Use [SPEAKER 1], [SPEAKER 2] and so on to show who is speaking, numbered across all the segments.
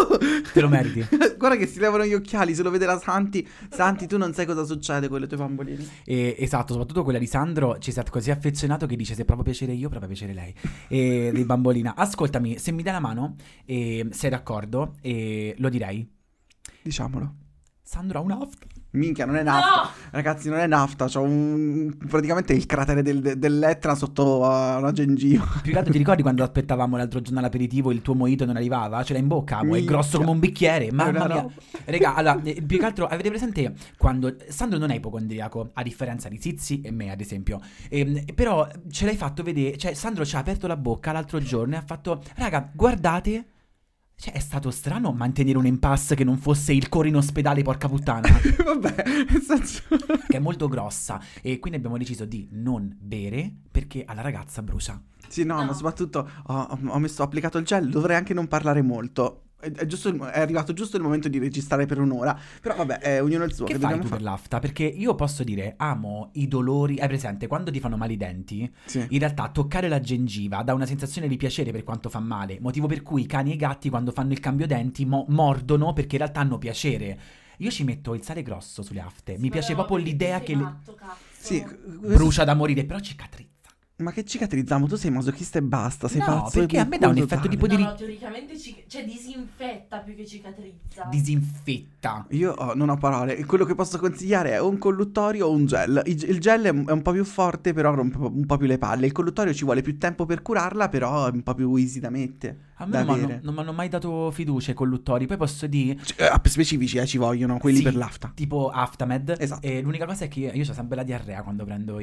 [SPEAKER 1] Te lo meriti.
[SPEAKER 2] Guarda che si levano gli occhiali, se lo vede la Santi. Santi, tu non sai cosa succede con le tue bamboline.
[SPEAKER 1] Esatto, soprattutto quella di Sandro ci sta così affezionato che dice se provo piacere io, provo piacere lei. Di bambolina. Ascoltami, se mi dai la mano, sei d'accordo, lo direi.
[SPEAKER 2] Diciamolo.
[SPEAKER 1] Sandro ha un afta.
[SPEAKER 2] Minchia, non è nafta. Ragazzi, non è nafta. C'ho praticamente il cratere dell'Etna sotto una gengiva.
[SPEAKER 1] Più che altro ti ricordi quando aspettavamo l'altro giorno all'aperitivo e il tuo mojito non arrivava? Ce l'hai in bocca, è
[SPEAKER 2] Minchia.
[SPEAKER 1] grosso come un bicchiere. Mamma
[SPEAKER 2] Era
[SPEAKER 1] mia.
[SPEAKER 2] roba.
[SPEAKER 1] Raga, allora, più che altro avete presente quando Sandro non è ipocondriaco, a differenza di Zizi e me, ad esempio. Però ce l'hai fatto vedere, cioè Sandro ci ha aperto la bocca l'altro giorno e ha fatto, raga, guardate. Cioè, è stato strano mantenere un impasse che non fosse il coro in ospedale, porca puttana.
[SPEAKER 2] Vabbè, nel senso...
[SPEAKER 1] Che è molto grossa. E quindi abbiamo deciso di non bere perché alla ragazza brucia.
[SPEAKER 2] Sì, no, ma soprattutto ho applicato il gel, dovrei anche non parlare molto. È arrivato giusto il momento di registrare per un'ora. Però vabbè, ognuno il suo.
[SPEAKER 1] Che fai tu per l'afta? Perché io posso dire, amo i dolori. Hai presente, quando ti fanno male i denti,
[SPEAKER 2] Sì.
[SPEAKER 1] in realtà toccare la gengiva dà una sensazione di piacere per quanto fa male. Motivo per cui i cani e i gatti quando fanno il cambio denti mordono perché in realtà hanno piacere. Io ci metto il sale grosso sulle afte. Mi piace proprio l'idea che
[SPEAKER 2] Sì,
[SPEAKER 1] brucia da morire, però cicatrizza.
[SPEAKER 2] ma che cicatrizziamo? Tu sei masochista e basta, sei
[SPEAKER 1] No,
[SPEAKER 2] pazzo.
[SPEAKER 1] perché a me dà un effetto tipo di
[SPEAKER 3] No, teoricamente cioè disinfetta più che cicatrizza.
[SPEAKER 1] disinfetta.
[SPEAKER 2] Io non ho parole. Quello che posso consigliare è o un colluttorio o un gel. Il gel è un po' più forte, però rompe un po' più le palle. Il colluttorio ci vuole più tempo per curarla, però è un po' più easy da mettere.
[SPEAKER 1] A me non mi hanno mai dato fiducia i colluttori. Poi posso dire
[SPEAKER 2] Specifici, ci vogliono, quelli
[SPEAKER 1] sì,
[SPEAKER 2] per l'afta.
[SPEAKER 1] tipo Aftamed.
[SPEAKER 2] Esatto.
[SPEAKER 1] E l'unica cosa è che io ho sempre la diarrea quando prendo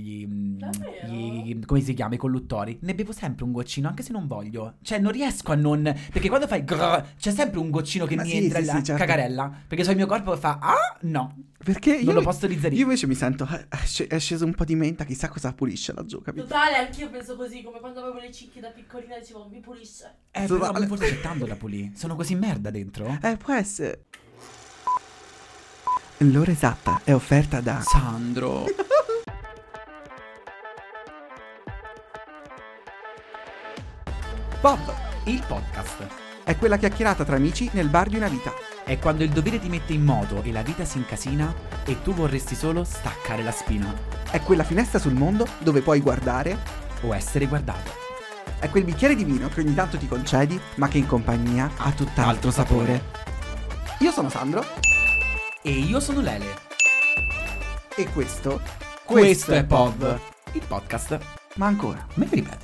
[SPEAKER 3] Davvero?
[SPEAKER 1] come si chiama, i colluttori. Ne bevo sempre un goccino, anche se non voglio. Cioè, non riesco a non... Perché quando fai grrr, c'è sempre un goccino che
[SPEAKER 2] Ma
[SPEAKER 1] mi
[SPEAKER 2] sì,
[SPEAKER 1] entra
[SPEAKER 2] sì,
[SPEAKER 1] la
[SPEAKER 2] sì, certo.
[SPEAKER 1] cagarella. Perché so il mio corpo fa, no.
[SPEAKER 2] Perché
[SPEAKER 1] Non lo posso digerire.
[SPEAKER 2] Io invece mi sento, è sceso un po' di menta, chissà cosa pulisce laggiù, capito?
[SPEAKER 3] Totale, anch'io penso così, come quando avevo le cicche da piccolina dicevo mi pulisce.
[SPEAKER 1] Però
[SPEAKER 2] Totale.
[SPEAKER 1] forse c'è tanto da pulire. Sono così merda dentro.
[SPEAKER 2] Può essere. L'ora esatta è offerta da
[SPEAKER 1] Sandro.
[SPEAKER 2] Bob.
[SPEAKER 1] Il podcast.
[SPEAKER 2] È quella chiacchierata tra amici nel bar di una vita.
[SPEAKER 1] È quando il dovere ti mette in moto e la vita si incasina e tu vorresti solo staccare la spina
[SPEAKER 2] È quella finestra sul mondo dove puoi guardare.
[SPEAKER 1] o essere guardato.
[SPEAKER 2] È quel bicchiere di vino che ogni tanto ti concedi, ma che in compagnia ha tutt'altro sapore. Io sono Sandro
[SPEAKER 1] E io sono Lele.
[SPEAKER 2] e questo
[SPEAKER 1] È POV, il podcast.
[SPEAKER 2] Ma ancora.
[SPEAKER 1] Me lo ripete.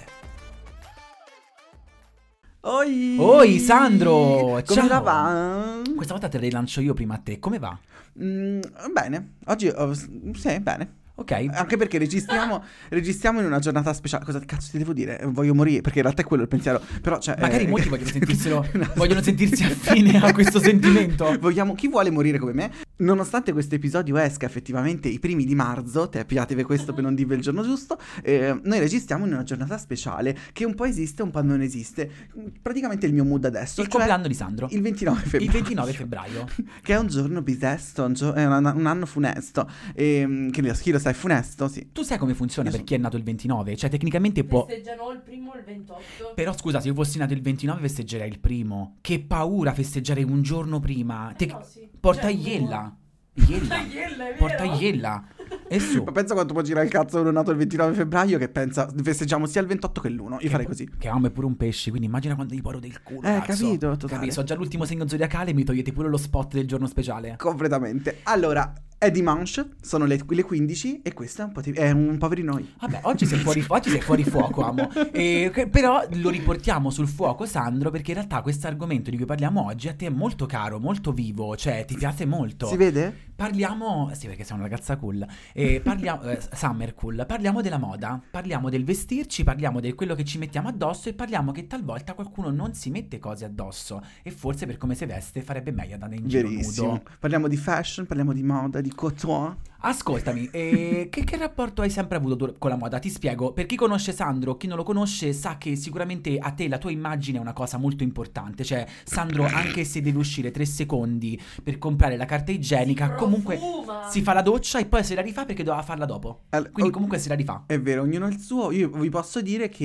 [SPEAKER 2] Oi!
[SPEAKER 1] Oi Sandro!
[SPEAKER 2] Come
[SPEAKER 1] Ciao!
[SPEAKER 2] la va?
[SPEAKER 1] Questa volta te le lancio io prima a te. Come va?
[SPEAKER 2] Bene. Oggi sì, bene.
[SPEAKER 1] Ok.
[SPEAKER 2] Anche perché registriamo in una giornata speciale. Cosa cazzo ti devo dire? Voglio morire, perché in realtà è quello il pensiero. Però cioè,
[SPEAKER 1] Magari molti vogliono sentirsi affine a questo sentimento.
[SPEAKER 2] Chi vuole morire come me? Nonostante questo episodio esca effettivamente i primi di marzo, te piatevi questo per non dirvi il giorno giusto, noi registriamo in una giornata speciale che un po' esiste, un po' non esiste. Praticamente il mio mood adesso.
[SPEAKER 1] Il
[SPEAKER 2] cioè
[SPEAKER 1] compleanno di Sandro.
[SPEAKER 2] Il 29 febbraio.
[SPEAKER 1] Il 29 febbraio.
[SPEAKER 2] Che è un giorno bisesto, è un anno funesto. Chi lo sa, è funesto, sì.
[SPEAKER 1] Tu sai come funziona
[SPEAKER 2] Io
[SPEAKER 1] per chi è nato il 29? Cioè tecnicamente può...
[SPEAKER 3] Festeggiano il primo o il 28.
[SPEAKER 1] Però scusa, se io fossi nato il 29 festeggerei il primo. Che paura festeggiare un giorno prima.
[SPEAKER 3] No, sì.
[SPEAKER 1] Porta
[SPEAKER 3] Cioè,
[SPEAKER 1] Iella. Iella.
[SPEAKER 3] Iella, è
[SPEAKER 1] Porta
[SPEAKER 3] vero?
[SPEAKER 1] Iella. E su.
[SPEAKER 2] Ma pensa quanto può girare il cazzo uno nato il 29 febbraio che pensa festeggiamo sia il 28 che l'1. Io farei così.
[SPEAKER 1] Che amo è pure un pesce, quindi immagina quando gli poro del culo. Cazzo.
[SPEAKER 2] Capito, totale.
[SPEAKER 1] Capito, so già l'ultimo segno zodiacale, mi togliete pure lo spot del giorno speciale.
[SPEAKER 2] Completamente. Allora, è dimanche, sono le 15 e questo è un poveri noi.
[SPEAKER 1] Vabbè, oggi sei fuori fuoco, amo. Però lo riportiamo sul fuoco, Sandro, perché in realtà questo argomento di cui parliamo oggi a te è molto caro, molto vivo, cioè ti piace molto.
[SPEAKER 2] Si vede?
[SPEAKER 1] Parliamo, sì, perché sei una ragazza cool. Parliamo, summer cool. Parliamo della moda, parliamo del vestirci, parliamo di quello che ci mettiamo addosso e parliamo che talvolta qualcuno non si mette cose addosso e forse per come si veste farebbe meglio andare in giro
[SPEAKER 2] Verissimo.
[SPEAKER 1] nudo.
[SPEAKER 2] Parliamo di fashion, parliamo di moda, di couture.
[SPEAKER 1] Ascoltami, che rapporto hai sempre avuto con la moda? Ti spiego, per chi conosce Sandro, chi non lo conosce sa che sicuramente a te la tua immagine è una cosa molto importante. Cioè, Sandro, anche se deve uscire 3 secondi per comprare la carta igienica, comunque
[SPEAKER 3] Profuma.
[SPEAKER 1] si fa la doccia e poi se la rifà perché doveva farla dopo. Quindi comunque se la rifà.
[SPEAKER 2] È vero, ognuno il suo. Io vi posso dire che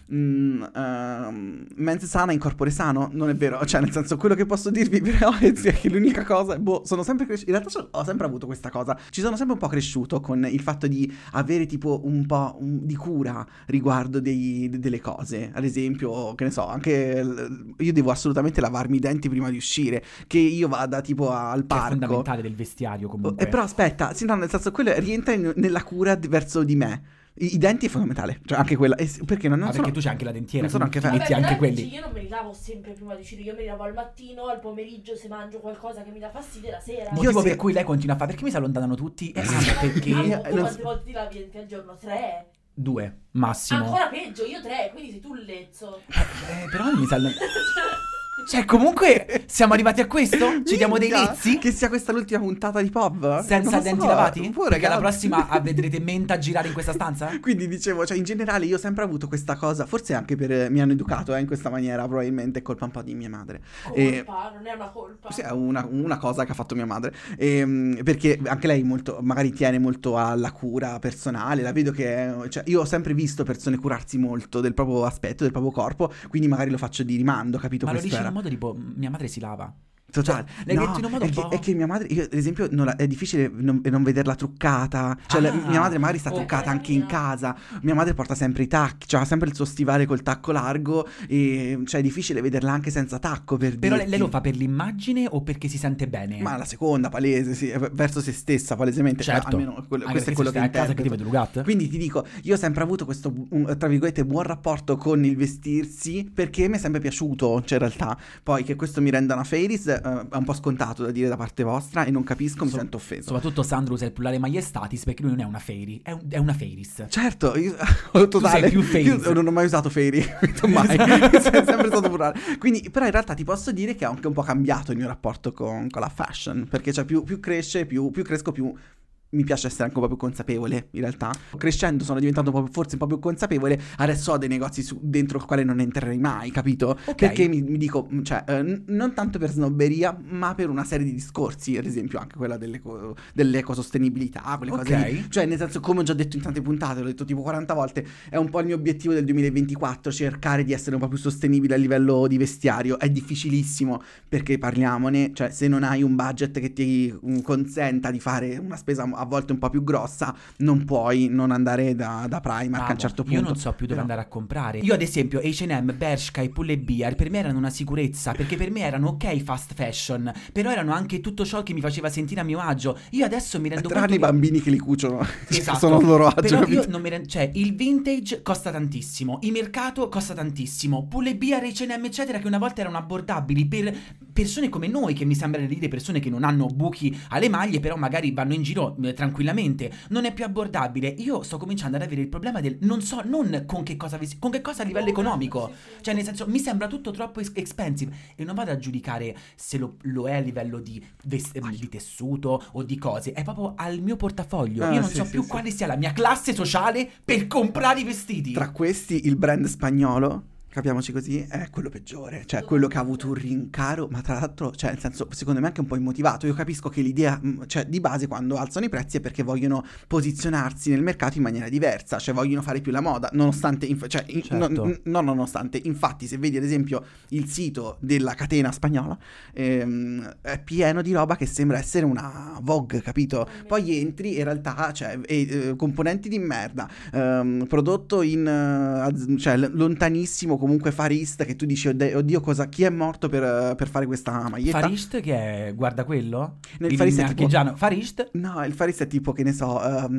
[SPEAKER 2] mens sana in corpore sano, non è vero, cioè nel senso quello che posso dirvi però è che l'unica cosa, sono sempre cresciuto, in realtà ho sempre avuto questa cosa, ci sono sempre un po' cresciuto con il fatto di avere tipo un po' di cura riguardo delle cose, ad esempio, che ne so, anche io devo assolutamente lavarmi i denti prima di uscire, che io vada tipo al
[SPEAKER 1] Che è
[SPEAKER 2] parco.
[SPEAKER 1] fondamentale del vestiario comunque.
[SPEAKER 2] Però aspetta, sì, no, nel senso quello rientra nella cura verso di me. I denti è fondamentale, cioè anche quella, perché non
[SPEAKER 1] perché
[SPEAKER 2] sono...
[SPEAKER 1] tu c'hai anche la dentiera,
[SPEAKER 2] non sono
[SPEAKER 1] quindi
[SPEAKER 2] anche
[SPEAKER 1] ti metti
[SPEAKER 3] Vabbè,
[SPEAKER 1] anche
[SPEAKER 3] però
[SPEAKER 1] quelli.
[SPEAKER 3] io non me li lavo sempre prima di uscire, io me li lavo al mattino, al pomeriggio se mangio qualcosa che mi dà fastidio, la sera.
[SPEAKER 1] Motivo
[SPEAKER 2] sì.
[SPEAKER 1] per cui lei continua a fare, perché mi si allontanano tutti? Perché
[SPEAKER 3] Tu
[SPEAKER 2] non
[SPEAKER 3] quante
[SPEAKER 2] so-
[SPEAKER 3] volte ti lavi i denti al giorno? 3?
[SPEAKER 1] 2 massimo.
[SPEAKER 3] Ancora peggio, io 3, quindi sei tu il lezzo.
[SPEAKER 1] Però non mi si allontanano. Cioè, comunque, siamo arrivati a questo? Ci diamo dei
[SPEAKER 2] Minchia,
[SPEAKER 1] lezzi?
[SPEAKER 2] che sia questa l'ultima puntata di Pop?
[SPEAKER 1] Senza
[SPEAKER 2] Non lo
[SPEAKER 1] denti
[SPEAKER 2] so.
[SPEAKER 1] lavati?
[SPEAKER 2] Pure,
[SPEAKER 1] Perché alla
[SPEAKER 2] ragazzi.
[SPEAKER 1] prossima vedrete Menta girare in questa stanza?
[SPEAKER 2] Quindi dicevo, cioè in generale io ho sempre avuto questa cosa, forse anche per mi hanno educato in questa maniera, probabilmente è colpa un po' di mia madre.
[SPEAKER 3] Colpa, non è una colpa.
[SPEAKER 2] Sì, è una cosa che ha fatto mia madre, perché anche lei molto, magari tiene molto alla cura personale, la vedo che, cioè, io ho sempre visto persone curarsi molto del proprio aspetto, del proprio corpo, quindi magari lo faccio di rimando, capito?
[SPEAKER 1] Ma lo
[SPEAKER 2] Questo
[SPEAKER 1] dici in
[SPEAKER 2] era.
[SPEAKER 1] un modo tipo, mia madre si lava.
[SPEAKER 2] Totale.
[SPEAKER 1] l'hai
[SPEAKER 2] No,
[SPEAKER 1] detto in un modo
[SPEAKER 2] è
[SPEAKER 1] un
[SPEAKER 2] che,
[SPEAKER 1] po'-
[SPEAKER 2] è che mia madre, io ad esempio, è difficile non vederla truccata. Cioè,
[SPEAKER 1] Ah,
[SPEAKER 2] mia madre magari sta
[SPEAKER 1] ok.
[SPEAKER 2] truccata anche in casa. Mia madre porta sempre i tacchi, cioè ha sempre il suo stivale col tacco largo. E cioè è difficile vederla anche senza tacco, per
[SPEAKER 1] Però
[SPEAKER 2] dirti.
[SPEAKER 1] lei lo fa per l'immagine o perché si sente bene?
[SPEAKER 2] Ma la seconda, palese, sì, verso se stessa, palesemente.
[SPEAKER 1] Certo.
[SPEAKER 2] Almeno questo
[SPEAKER 1] Anche
[SPEAKER 2] è
[SPEAKER 1] perché
[SPEAKER 2] quello
[SPEAKER 1] se
[SPEAKER 2] che
[SPEAKER 1] stai a casa che ti
[SPEAKER 2] interpreto.
[SPEAKER 1] vedo Lugat.
[SPEAKER 2] Quindi ti dico, io ho sempre avuto questo, tra virgolette, buon rapporto con il vestirsi, perché mi è sempre piaciuto, cioè in realtà. Poi che questo mi renda una fairies è un po' scontato da dire da parte vostra e non capisco, mi sento offeso.
[SPEAKER 1] Soprattutto Sandro usa il plurale maiestatis perché lui non è una fairy, è una fairies.
[SPEAKER 2] Certo, io ho totale.
[SPEAKER 1] sei più fairies.
[SPEAKER 2] Io non ho mai usato fairy, mai, è sempre stato plurale. Quindi, però in realtà ti posso dire che ha anche un po' cambiato il mio rapporto con la fashion, perché cioè più cresce, più cresco, più mi piace essere anche un po' più consapevole, in realtà. Crescendo sono diventato forse un po' più consapevole, adesso ho dei negozi dentro il quale non entrerei mai, capito?
[SPEAKER 1] Ok.
[SPEAKER 2] Perché mi dico, cioè, non tanto per snobberia, ma per una serie di discorsi, ad esempio anche quella dell'ecosostenibilità, quelle cose
[SPEAKER 1] Ok.
[SPEAKER 2] lì. Cioè, nel senso, come ho già detto in tante puntate, l'ho detto tipo 40 volte, è un po' il mio obiettivo del 2024, cercare di essere un po' più sostenibile a livello di vestiario. È difficilissimo, perché parliamone, cioè se non hai un budget che ti consenta di fare una spesa a volte un po' più grossa, non puoi non andare da Primark a un certo punto.
[SPEAKER 1] Io non so più dove
[SPEAKER 2] Però-
[SPEAKER 1] andare a comprare. Io ad esempio H&M, Bershka e Pull & Bear per me erano una sicurezza, perché per me erano ok fast fashion, però erano anche tutto ciò che mi faceva sentire a mio agio. Io adesso mi rendo
[SPEAKER 2] tranne
[SPEAKER 1] conto
[SPEAKER 2] i bambini che li cuciono,
[SPEAKER 1] Esatto.
[SPEAKER 2] sono a loro agio,
[SPEAKER 1] Però
[SPEAKER 2] capito?
[SPEAKER 1] io non mi rendo, cioè il vintage costa tantissimo, il mercato costa tantissimo, Pull & Bear, H&M eccetera, che una volta erano abbordabili per persone come noi, che mi sembra di dire persone che non hanno buchi alle maglie, però magari vanno in giro tranquillamente, non è più abbordabile. Io sto cominciando ad avere il problema del non so, non con che cosa con che cosa a livello economico, cioè nel senso mi sembra tutto troppo expensive e non vado a giudicare se lo è a livello di tessuto o di cose, è proprio al mio portafoglio. Io non
[SPEAKER 2] sì,
[SPEAKER 1] so
[SPEAKER 2] sì,
[SPEAKER 1] più
[SPEAKER 2] sì.
[SPEAKER 1] quale sia la mia classe sociale per comprare i vestiti.
[SPEAKER 2] Tra questi il brand spagnolo, capiamoci così, è quello peggiore, cioè quello che ha avuto un rincaro, ma tra l'altro, cioè nel senso, secondo me anche un po' immotivato. Io capisco che l'idea, cioè di base quando alzano i prezzi è perché vogliono posizionarsi nel mercato in maniera diversa, cioè vogliono fare più la moda, nonostante,
[SPEAKER 1] Certo.
[SPEAKER 2] non nonostante, infatti se vedi ad esempio il sito della catena spagnola, è pieno di roba che sembra essere una Vogue, capito? Poi entri e in realtà, cioè, componenti di merda, prodotto in, cioè lontanissimo, comunque Farist, che tu dici oddio cosa, chi è morto per fare questa maglietta?
[SPEAKER 1] Farist che è, guarda quello?
[SPEAKER 2] Nel
[SPEAKER 1] Il
[SPEAKER 2] Farist è tipo-
[SPEAKER 1] marchigiano. Farist?
[SPEAKER 2] No, il Farist è tipo, che ne so,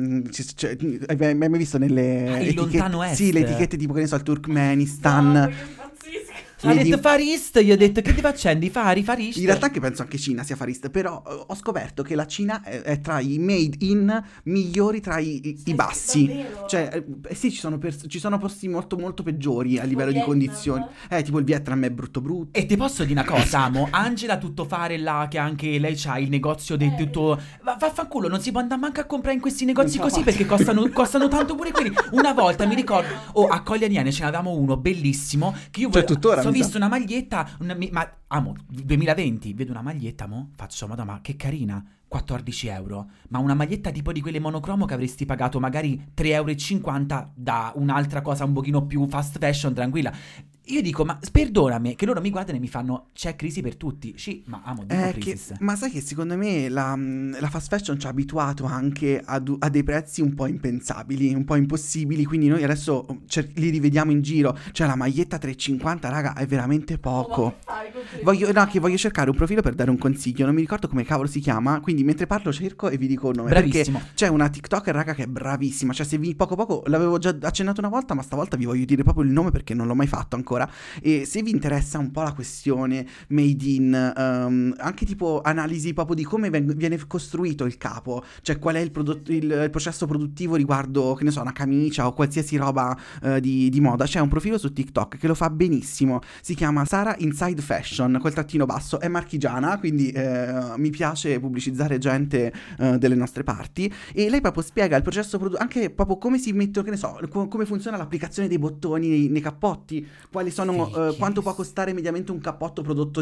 [SPEAKER 2] hai mai visto nelle
[SPEAKER 1] Ah, il
[SPEAKER 2] etichette?
[SPEAKER 1] lontano est.
[SPEAKER 2] Sì, le etichette tipo, che ne so, il Turkmenistan.
[SPEAKER 3] No, io impazzisco.
[SPEAKER 1] Ha
[SPEAKER 2] le
[SPEAKER 1] detto
[SPEAKER 2] di-
[SPEAKER 1] Farist, gli ho detto che ti accendi? Farist?
[SPEAKER 2] In realtà anche penso anche Cina sia Farist, però ho scoperto che la Cina è tra i made in migliori, tra i bassi.
[SPEAKER 3] Davvero?
[SPEAKER 2] Cioè, sì, ci sono posti molto molto peggiori a livello di
[SPEAKER 3] Vietnam?
[SPEAKER 2] condizioni. Tipo il Vietnam è brutto brutto.
[SPEAKER 1] E ti posso dire una cosa, amo, Angela Tuttofare là, che anche lei c'ha il negozio del tutto... Vaffanculo, non si può andare manco a comprare in questi negozi
[SPEAKER 2] Non ce
[SPEAKER 1] così
[SPEAKER 2] la
[SPEAKER 1] perché costano tanto pure quelli. Una volta mi ricordo, a Coglianiene ce n'avevamo uno bellissimo che io
[SPEAKER 2] Cioè,
[SPEAKER 1] volevo...
[SPEAKER 2] tuttora
[SPEAKER 1] ho visto una maglietta, ma amo, 2020, vedo una maglietta, faccio, madonna, ma che carina, 14 euro, ma una maglietta tipo di quelle monocromo che avresti pagato magari 3,50 euro da un'altra cosa un pochino più fast fashion, tranquilla. Io dico, ma perdonami, che loro mi guardano e mi fanno, c'è crisi per tutti. Sì, ma amo, dico crisi.
[SPEAKER 2] Ma sai che secondo me la fast fashion ci ha abituato anche a dei prezzi un po' impensabili, un po' impossibili, quindi noi adesso li rivediamo in giro. Cioè la maglietta 3,50, raga, è veramente poco. Voglio cercare un profilo per dare un consiglio, non mi ricordo come cavolo si chiama, quindi mentre parlo cerco e vi dico il nome.
[SPEAKER 1] Bravissimo.
[SPEAKER 2] Perché c'è una TikToker, raga, che è bravissima. Cioè se vi poco l'avevo già accennato una volta, ma stavolta vi voglio dire proprio il nome perché non l'ho mai fatto ancora. E se vi interessa un po' la questione made in, anche tipo analisi proprio di come viene costruito il capo, cioè qual è il processo produttivo riguardo, che ne so, una camicia o qualsiasi roba di moda, c'è un profilo su TikTok che lo fa benissimo, si chiama Sara Inside Fashion col trattino basso, è marchigiana, quindi mi piace pubblicizzare gente delle nostre parti, e lei proprio spiega il processo anche proprio come si mettono, che ne so, come funziona l'applicazione dei bottoni nei cappotti, quali sono, quanto può costare mediamente un cappotto prodotto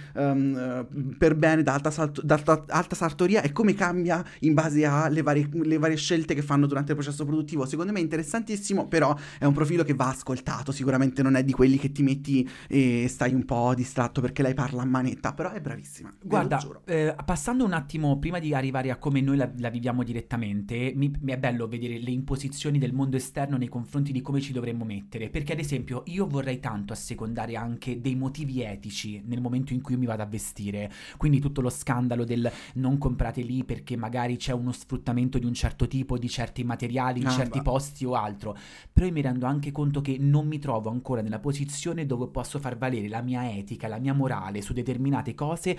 [SPEAKER 2] per bene da alta sartoria e come cambia in base alle varie scelte che fanno durante il processo produttivo. Secondo me è interessantissimo, però è un profilo che va ascoltato, sicuramente non è di quelli che ti metti e stai un po' distratto perché lei parla a manetta, però è bravissima.
[SPEAKER 1] Guarda, passando un attimo prima di arrivare a come noi la viviamo direttamente, mi è bello vedere le imposizioni del mondo esterno nei confronti di come ci dovremmo mettere, perché ad esempio io vorrei tanto assecondare anche dei motivi etici nel momento in cui io mi vado a vestire, quindi tutto lo scandalo del non comprate lì perché magari c'è uno sfruttamento di un certo tipo, di certi materiali in certi posti o altro, però io mi rendo anche conto che non mi trovo ancora nella posizione dove posso far valere la mia etica, la mia morale su determinate cose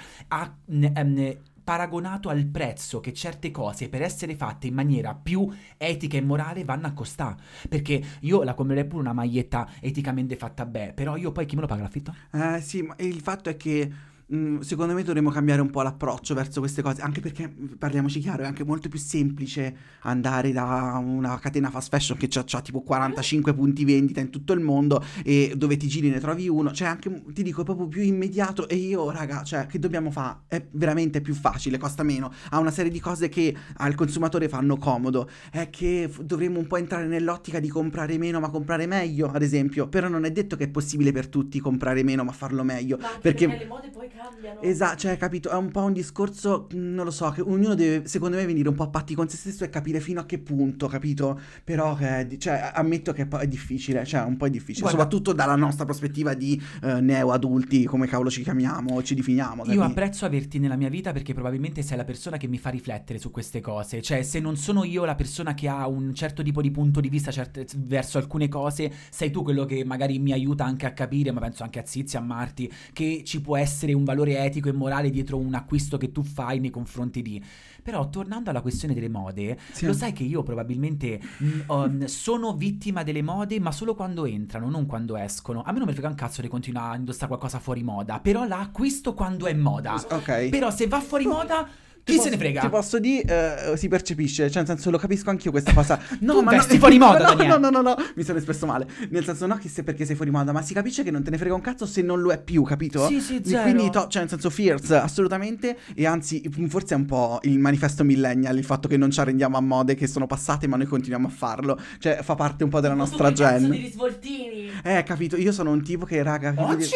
[SPEAKER 1] paragonato al prezzo che certe cose per essere fatte in maniera più etica e morale vanno a costare. Perché io la comprerei pure una maglietta eticamente fatta bene, però io poi chi me lo paga l'affitto?
[SPEAKER 2] Sì, ma il fatto è che secondo me dovremmo cambiare un po' l'approccio verso queste cose, anche perché, parliamoci chiaro, è anche molto più semplice andare da una catena fast fashion che c'ha tipo 45 punti vendita in tutto il mondo e dove ti giri ne trovi uno, cioè anche, ti dico, è proprio più immediato. E io, raga, cioè, che dobbiamo fare? È veramente più facile, costa meno, ha una serie di cose che al consumatore fanno comodo. È che dovremmo un po' entrare nell'ottica di comprare meno ma comprare meglio, ad esempio, però non è detto che è possibile per tutti comprare meno ma farlo meglio,
[SPEAKER 3] ma anche
[SPEAKER 2] perché
[SPEAKER 3] le mode poi cambiano.
[SPEAKER 2] Esatto, cioè, capito, è un po' un discorso, non lo so, che ognuno deve, secondo me, venire un po' a patti con se stesso e capire fino a che punto, capito? Però, cioè, ammetto che è difficile, cioè, un po' è difficile,
[SPEAKER 1] Guarda,
[SPEAKER 2] soprattutto dalla nostra prospettiva di neo adulti, come cavolo ci chiamiamo, ci definiamo,
[SPEAKER 1] io apprezzo averti nella mia vita perché probabilmente sei la persona che mi fa riflettere su queste cose, cioè se non sono io la persona che ha un certo tipo di punto di vista verso alcune cose, sei tu quello che magari mi aiuta anche a capire, ma penso anche a Zizi, a Marti, che ci può essere un valore etico e morale dietro un acquisto che tu fai nei confronti di. Però tornando alla questione delle mode,
[SPEAKER 2] Sì.
[SPEAKER 1] lo sai che io probabilmente sono vittima delle mode, ma solo quando entrano, non quando escono. A me non mi frega un cazzo di continuare a indossare qualcosa fuori moda, però la acquisto quando è moda.
[SPEAKER 2] Ok.
[SPEAKER 1] Però se va fuori moda, chi se ne frega?
[SPEAKER 2] Ti posso dire, si percepisce, cioè nel senso lo capisco anch'io questa cosa. No,
[SPEAKER 1] Tu
[SPEAKER 2] ma
[SPEAKER 1] vesti fuori moda, Daniele.
[SPEAKER 2] no, mi sono espresso male. Nel senso no che perché sei fuori moda, ma si capisce che non te ne frega un cazzo se non lo è più, capito?
[SPEAKER 1] Sì, sì,
[SPEAKER 2] E
[SPEAKER 1] zero.
[SPEAKER 2] quindi cioè nel senso fierce, assolutamente. E anzi, forse è un po' il manifesto millennial, il fatto che non ci arrendiamo a mode che sono passate, ma noi continuiamo a farlo. Cioè fa parte un po' della nostra gen.
[SPEAKER 3] di risvoltini.
[SPEAKER 2] Capito, io sono un tipo che, raga,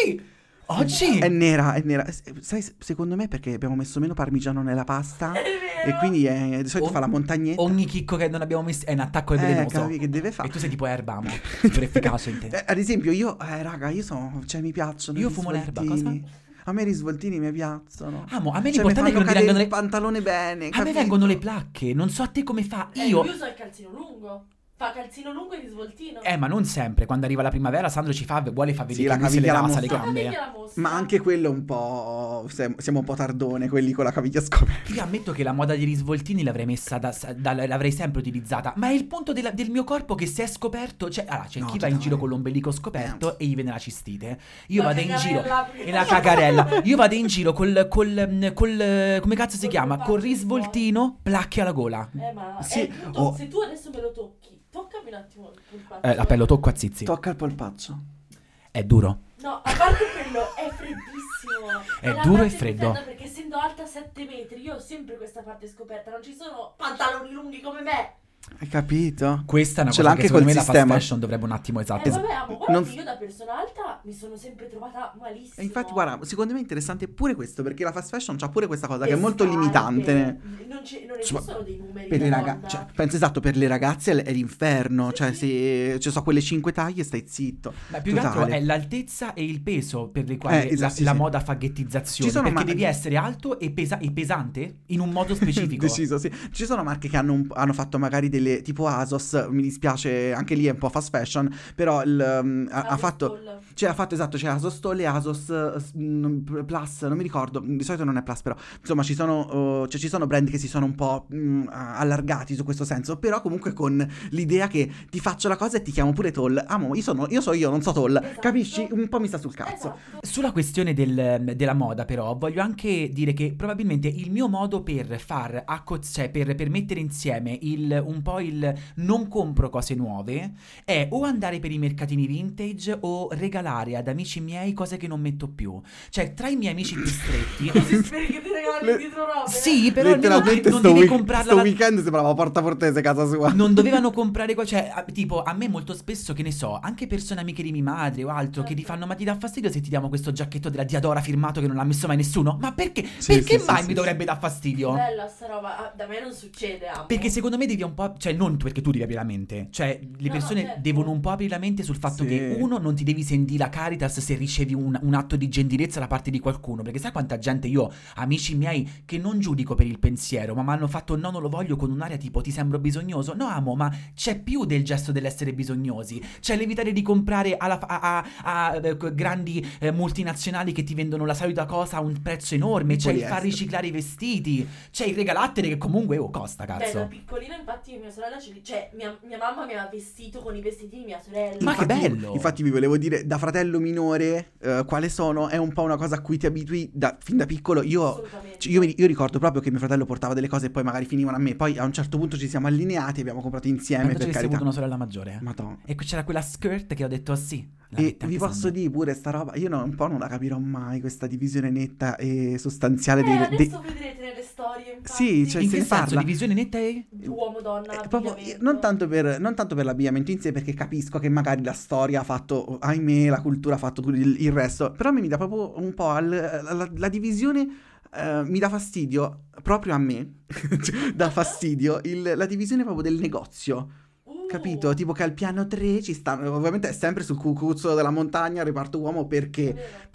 [SPEAKER 1] Oggi
[SPEAKER 2] è nera. Sai, secondo me perché abbiamo messo meno parmigiano nella pasta e quindi di solito fa la montagnetta.
[SPEAKER 1] Ogni chicco che non abbiamo messo è un attacco velenoso.
[SPEAKER 2] Capi che deve fare?
[SPEAKER 1] E tu sei tipo erbamo, super efficace in te.
[SPEAKER 2] Ad esempio io, raga, cioè mi piacciono
[SPEAKER 1] Io
[SPEAKER 2] i
[SPEAKER 1] fumo l'erba,
[SPEAKER 2] risvoltini.
[SPEAKER 1] cosa?
[SPEAKER 2] A me i risvoltini mi piacciono.
[SPEAKER 1] Amo, a me
[SPEAKER 2] Cioè,
[SPEAKER 1] l'importante è che non mi
[SPEAKER 2] cadere
[SPEAKER 1] vengono
[SPEAKER 2] il
[SPEAKER 1] le
[SPEAKER 2] pantalone bene,
[SPEAKER 1] A me
[SPEAKER 2] capito?
[SPEAKER 1] vengono le placche, non so a te come fa. Io
[SPEAKER 3] Io uso il calzino lungo. Fa calzino lungo e risvoltino.
[SPEAKER 1] ma non sempre, quando arriva la primavera Sandro vuole far vedere
[SPEAKER 2] Sì,
[SPEAKER 1] che
[SPEAKER 2] la
[SPEAKER 1] lui se le
[SPEAKER 2] caviglia la
[SPEAKER 1] rasa le
[SPEAKER 2] mostra.
[SPEAKER 1] gambe.
[SPEAKER 2] Ma anche quello è un po'. Siamo un po' tardone, quelli con la caviglia scoperta.
[SPEAKER 1] Io ammetto che la moda dei risvoltini l'avrei messa l'avrei sempre utilizzata, ma è il punto del mio corpo che si è scoperto, cioè allora, c'è
[SPEAKER 2] No,
[SPEAKER 1] chi va in
[SPEAKER 2] totalmente.
[SPEAKER 1] giro con l'ombelico scoperto e gli viene la cistite. Io
[SPEAKER 3] La
[SPEAKER 1] vado in giro
[SPEAKER 3] cagarella.
[SPEAKER 1] e la cagarella. Io vado in giro col come cazzo si
[SPEAKER 3] Col
[SPEAKER 1] chiama?
[SPEAKER 3] polpaccio
[SPEAKER 1] Col risvoltino, placche alla gola.
[SPEAKER 3] Ma
[SPEAKER 2] Sì,
[SPEAKER 3] se tu adesso me lo tocchi, toccami un attimo il polpaccio.
[SPEAKER 1] La pello tocco a Zizi.
[SPEAKER 2] Tocca il polpaccio.
[SPEAKER 1] È duro.
[SPEAKER 3] No, a parte quello, è freddissimo.
[SPEAKER 1] È
[SPEAKER 3] la
[SPEAKER 1] duro
[SPEAKER 3] parte
[SPEAKER 1] e freddo.
[SPEAKER 3] più fredda, perché essendo alta 7 metri, io ho sempre questa parte scoperta. Non ci sono pantaloni lunghi come me.
[SPEAKER 2] Hai capito?
[SPEAKER 1] Questa è una
[SPEAKER 2] Ce l'ha
[SPEAKER 1] cosa che
[SPEAKER 2] anche
[SPEAKER 1] secondo
[SPEAKER 2] col
[SPEAKER 1] me la fast
[SPEAKER 2] sistema.
[SPEAKER 1] fashion dovrebbe un attimo esatto.
[SPEAKER 3] Vabbè, amo, guarda
[SPEAKER 2] non-
[SPEAKER 3] che io da persona alta mi sono sempre trovata malissimo.
[SPEAKER 2] E infatti, guarda, secondo me è interessante pure questo, perché la fast fashion c'ha pure questa cosa
[SPEAKER 3] Le
[SPEAKER 2] che è molto
[SPEAKER 3] scarpe,
[SPEAKER 2] limitante.
[SPEAKER 3] Non
[SPEAKER 2] Insomma,
[SPEAKER 3] esistono dei numeri
[SPEAKER 2] Per
[SPEAKER 3] da
[SPEAKER 2] le
[SPEAKER 3] donna.
[SPEAKER 2] ragazze, penso esatto, per le ragazze è l'inferno.
[SPEAKER 3] Sì,
[SPEAKER 2] Cioè,
[SPEAKER 3] sì.
[SPEAKER 2] se ci so quelle 5 taglie, stai zitto.
[SPEAKER 1] Ma più che altro
[SPEAKER 2] Totale.
[SPEAKER 1] è l'altezza e il peso per le quali
[SPEAKER 2] esatto, sì,
[SPEAKER 1] la
[SPEAKER 2] sì.
[SPEAKER 1] moda fa ghettizzazione.
[SPEAKER 2] Ci sono
[SPEAKER 1] Perché
[SPEAKER 2] ma-
[SPEAKER 1] devi essere alto e pesante in un modo specifico.
[SPEAKER 2] Deciso, sì. Ci sono marche che hanno fatto magari delle tipo ASOS, mi dispiace, anche lì è un po' fast fashion, però ha fatto esatto, c'è ASOS Stolle e ASOS Plus, non mi ricordo, di solito non è Plus, però insomma ci sono brand che si sono un po' allargati su questo senso, però comunque con l'idea che ti faccio la cosa e ti chiamo pure Toll. Amo, io non so Toll,
[SPEAKER 3] Esatto.
[SPEAKER 2] capisci? Un po' mi sta sul cazzo.
[SPEAKER 3] Esatto.
[SPEAKER 1] Sulla questione della moda, però, voglio anche dire che probabilmente il mio modo per far cioè per mettere insieme un po' il non compro cose nuove è o andare per i mercatini vintage o regalare ad amici miei cose che non metto più. Cioè, tra i miei amici più stretti.
[SPEAKER 3] Così speri che ti regali dietro robe.
[SPEAKER 1] Sì, però almeno
[SPEAKER 2] Letteralmente
[SPEAKER 1] non
[SPEAKER 2] sto,
[SPEAKER 1] devi
[SPEAKER 2] week-
[SPEAKER 1] comprarla
[SPEAKER 2] sto
[SPEAKER 1] la-
[SPEAKER 2] weekend sembrava Porta Fortese casa sua.
[SPEAKER 1] Non dovevano comprare cioè, tipo, a me molto spesso, che ne so, anche persone amiche di mia madre o altro che ti fanno, ma ti dà fastidio se ti diamo questo giacchetto della Diadora firmato che non l'ha messo mai nessuno? Ma perché?
[SPEAKER 2] Sì,
[SPEAKER 1] Perché
[SPEAKER 2] sì,
[SPEAKER 1] mai
[SPEAKER 2] sì,
[SPEAKER 1] mi
[SPEAKER 2] sì.
[SPEAKER 1] dovrebbe dar fastidio?
[SPEAKER 3] Bella sta roba. Ah, da me non succede, amo.
[SPEAKER 1] Perché secondo me devi un po', cioè non perché tu devi aprire la mente, cioè le
[SPEAKER 3] No,
[SPEAKER 1] persone
[SPEAKER 3] certo.
[SPEAKER 1] devono un po' aprire la mente sul fatto
[SPEAKER 2] Sì.
[SPEAKER 1] che uno non ti devi sentire la Caritas se ricevi un atto di gentilezza da parte di qualcuno, perché sai quanta gente io, amici miei, che non giudico per il pensiero, ma mi hanno fatto no, non lo voglio con un'aria tipo ti sembro bisognoso, no amo, ma c'è più del gesto dell'essere bisognosi, c'è l'evitare di comprare grandi multinazionali che ti vendono la solita cosa a un prezzo enorme, c'è il far
[SPEAKER 2] Poliestere.
[SPEAKER 1] riciclare i vestiti, c'è il regalattere che comunque costa,
[SPEAKER 3] Beh, da
[SPEAKER 1] cazzo.
[SPEAKER 3] piccolina infatti mia sorella cioè mia mamma mi aveva vestito con i vestiti di mia sorella.
[SPEAKER 1] Ma che bello!
[SPEAKER 2] Infatti vi volevo dire, da fratello minore, quale sono? È un po' una cosa a cui ti abitui fin da piccolo.
[SPEAKER 3] Assolutamente.
[SPEAKER 2] Cioè, io ricordo proprio che mio fratello portava delle cose e poi magari finivano a me. Poi a un certo punto ci siamo allineati, abbiamo comprato insieme,
[SPEAKER 1] Penso
[SPEAKER 2] per
[SPEAKER 1] che sia
[SPEAKER 2] carità.
[SPEAKER 1] avuto una sorella maggiore.
[SPEAKER 2] Madonna.
[SPEAKER 1] E c'era quella skirt che ho detto sì. la
[SPEAKER 2] E
[SPEAKER 1] mette
[SPEAKER 2] vi
[SPEAKER 1] anche
[SPEAKER 2] posso
[SPEAKER 1] secondo me.
[SPEAKER 2] dire pure sta roba, io un po' non la capirò mai, questa divisione netta e sostanziale dei...
[SPEAKER 3] Adesso vedrete nelle storie, infatti.
[SPEAKER 2] Sì, cioè,
[SPEAKER 1] In
[SPEAKER 2] se
[SPEAKER 1] che
[SPEAKER 2] ne
[SPEAKER 1] senso?
[SPEAKER 2] parla.
[SPEAKER 1] Divisione netta e?
[SPEAKER 3] Uomo-donna,
[SPEAKER 2] Proprio,
[SPEAKER 3] l'abbigliamento.
[SPEAKER 2] non tanto per l'abbigliamento in sé, perché capisco che magari la storia ha fatto, ahimè, la cultura ha fatto il resto, però mi dà proprio un po' la divisione, mi dà fastidio, proprio a me, dà fastidio la divisione proprio del negozio. Capito? Tipo che al piano 3 ci stanno, ovviamente è sempre sul cucuzzolo della montagna, reparto uomo, perché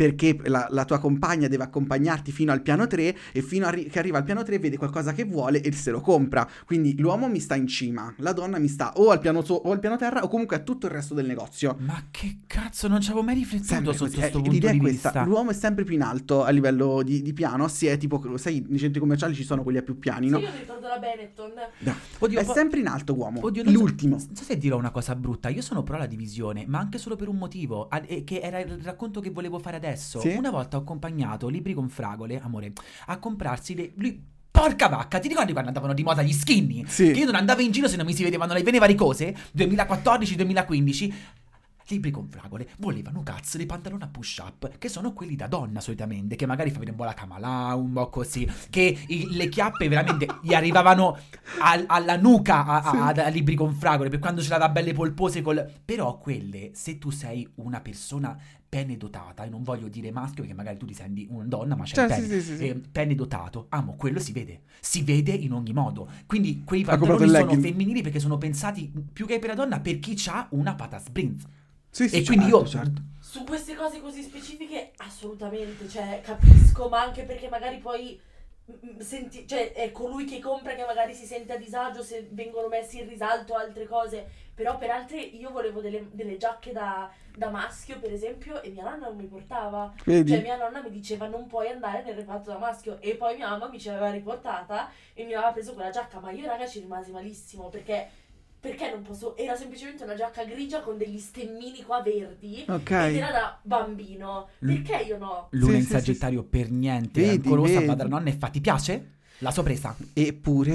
[SPEAKER 2] la tua compagna deve accompagnarti fino al piano 3 e fino che arriva al piano 3 vede qualcosa che vuole e se lo compra. Quindi l'uomo mi sta in cima, la donna mi sta o al piano terra o comunque a tutto il resto del negozio.
[SPEAKER 1] Ma che cazzo, non ci avevo mai riflettuto
[SPEAKER 2] Sempre
[SPEAKER 1] sotto
[SPEAKER 2] così.
[SPEAKER 1] questo punto
[SPEAKER 2] L'idea
[SPEAKER 1] di
[SPEAKER 2] è questa,
[SPEAKER 1] vista.
[SPEAKER 2] l'uomo è sempre più in alto a livello di piano, si è tipo, sai, nei centri commerciali ci sono quelli a più piani, no?
[SPEAKER 3] Sì, io mi ricordo la Benetton.
[SPEAKER 1] Oddio,
[SPEAKER 2] È sempre in alto uomo,
[SPEAKER 1] Oddio, non so-
[SPEAKER 2] l'ultimo.
[SPEAKER 1] Non so se dirò una cosa brutta, io sono pro la divisione, ma anche solo per un motivo, che era il racconto che volevo fare adesso.
[SPEAKER 2] Sì?
[SPEAKER 1] Una volta ho accompagnato Libri con Fragole, amore, a comprarsi Porca vacca, ti ricordi quando andavano di moda gli skinny?
[SPEAKER 2] Sì.
[SPEAKER 1] Che io non andavo in giro se non mi si vedevano le vene varicose? 2014-2015. Libri con Fragole volevano cazzo dei pantaloni a push up, che sono quelli da donna solitamente, che magari fa vedere un po' la Kamala, un po' così, che le chiappe veramente gli arrivavano alla nuca a Libri con Fragole, per quando ce l'aveva belle polpose però quelle, se tu sei una persona pene dotata, e non voglio dire maschio perché magari tu ti senti una donna, ma c'è
[SPEAKER 2] Cioè,
[SPEAKER 1] il pene,
[SPEAKER 2] sì.
[SPEAKER 1] pene dotato, amo, quello si vede in ogni modo, quindi quei
[SPEAKER 2] Ha comprato
[SPEAKER 1] pantaloni
[SPEAKER 2] il
[SPEAKER 1] sono
[SPEAKER 2] legging.
[SPEAKER 1] femminili perché sono pensati più che per la donna per chi ha una pata sprint.
[SPEAKER 2] Sì,
[SPEAKER 1] E quindi io
[SPEAKER 2] certo.
[SPEAKER 3] Su queste cose così specifiche, assolutamente, cioè, capisco, ma anche perché magari poi senti, cioè, è colui che compra che magari si sente a disagio se vengono messi in risalto altre cose, però per altre io volevo delle giacche da maschio, per esempio, e mia nonna non mi portava.
[SPEAKER 2] Vedi?
[SPEAKER 3] Cioè, mia nonna mi diceva non puoi andare nel reparto da maschio, e poi mia mamma mi ci aveva riportata e mi aveva preso quella giacca, ma io raga ci rimasi malissimo perché non posso, era semplicemente una giacca grigia con degli stemmini qua verdi
[SPEAKER 2] Ok.
[SPEAKER 3] ed era da bambino, perché io no?
[SPEAKER 1] Luna
[SPEAKER 2] Sì,
[SPEAKER 1] in
[SPEAKER 2] sì,
[SPEAKER 1] Sagittario per niente
[SPEAKER 2] Vedi,
[SPEAKER 1] ancorosa,
[SPEAKER 2] vedi.
[SPEAKER 1] va dalla nonna e fa ti piace? La so presa.
[SPEAKER 2] Eppure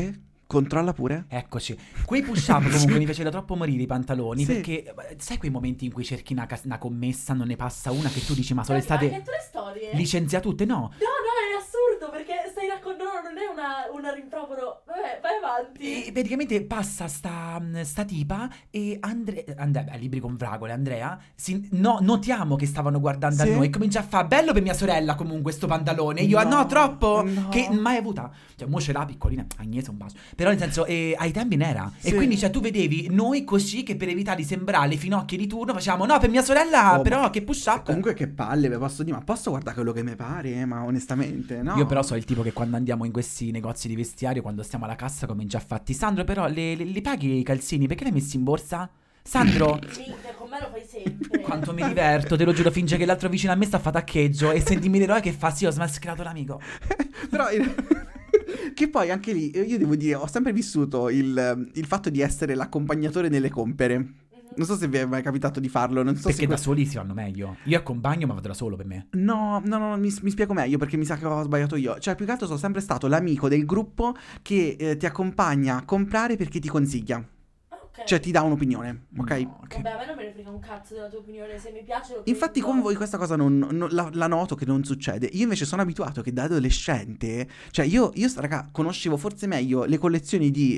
[SPEAKER 2] Controlla pure.
[SPEAKER 1] Eccoci. Quei push-up comunque mi faceva troppo morire i pantaloni,
[SPEAKER 2] Sì.
[SPEAKER 1] perché sai quei momenti in cui cerchi una commessa, non ne passa una, che tu dici ma sono
[SPEAKER 3] Anche
[SPEAKER 1] state
[SPEAKER 3] tre storie.
[SPEAKER 1] licenziate tutte? No.
[SPEAKER 3] No, è assurdo perché stai raccontando, non è una rimprovero. Vabbè, vai avanti.
[SPEAKER 1] E praticamente passa sta tipa e Andrea, libri con fragole, Andrea, notiamo che stavano guardando
[SPEAKER 2] Sì.
[SPEAKER 1] a noi e comincia a fare bello per mia sorella comunque sto pantalone. Io, no, troppo,
[SPEAKER 2] no.
[SPEAKER 1] che mai avuta. Cioè, mo ce l'ha piccolina, Agnese un bacio. Però nel senso, ai tempi n'era.
[SPEAKER 2] Sì.
[SPEAKER 1] E quindi, cioè, tu vedevi noi così che per evitare di sembrare le finocchie di turno facciamo, no, per mia sorella,
[SPEAKER 2] Oh,
[SPEAKER 1] però
[SPEAKER 2] ma-
[SPEAKER 1] che push up.
[SPEAKER 2] Comunque che palle, posso dire, ma posso guardare quello che mi pare, ma onestamente, no?
[SPEAKER 1] Io però so il tipo che quando andiamo in questi negozi di vestiario, quando stiamo alla cassa comincia a fatti, Sandro, però li paghi i calzini? Perché li hai messi in borsa? Sandro,
[SPEAKER 3] Minchia, con me lo fai sempre.
[SPEAKER 1] quanto mi diverto, te lo giuro, finge che l'altro vicino a me sta a fa taccheggio e sentimi l'eroe che fa, sì, ho smascherato l'amico.
[SPEAKER 2] Però che poi anche lì, io devo dire, ho sempre vissuto il fatto di essere l'accompagnatore nelle compere. Non so se vi è mai capitato di farlo, non so
[SPEAKER 1] Perché
[SPEAKER 2] se...
[SPEAKER 1] da soli si vanno meglio. Io accompagno ma vado da solo per me.
[SPEAKER 2] No, mi spiego meglio perché mi sa che ho sbagliato io. Cioè, più che altro sono sempre stato l'amico del gruppo che ti accompagna a comprare perché ti consiglia.
[SPEAKER 3] Ok.
[SPEAKER 2] Cioè, ti dà un'opinione, ok?
[SPEAKER 1] No, che-
[SPEAKER 3] Vabbè, a me non me ne frega un cazzo della tua opinione, se mi piace lo
[SPEAKER 2] Infatti
[SPEAKER 3] prendo.
[SPEAKER 2] con voi questa cosa la noto che non succede. Io invece sono abituato che da adolescente, cioè io raga, conoscevo forse meglio le collezioni di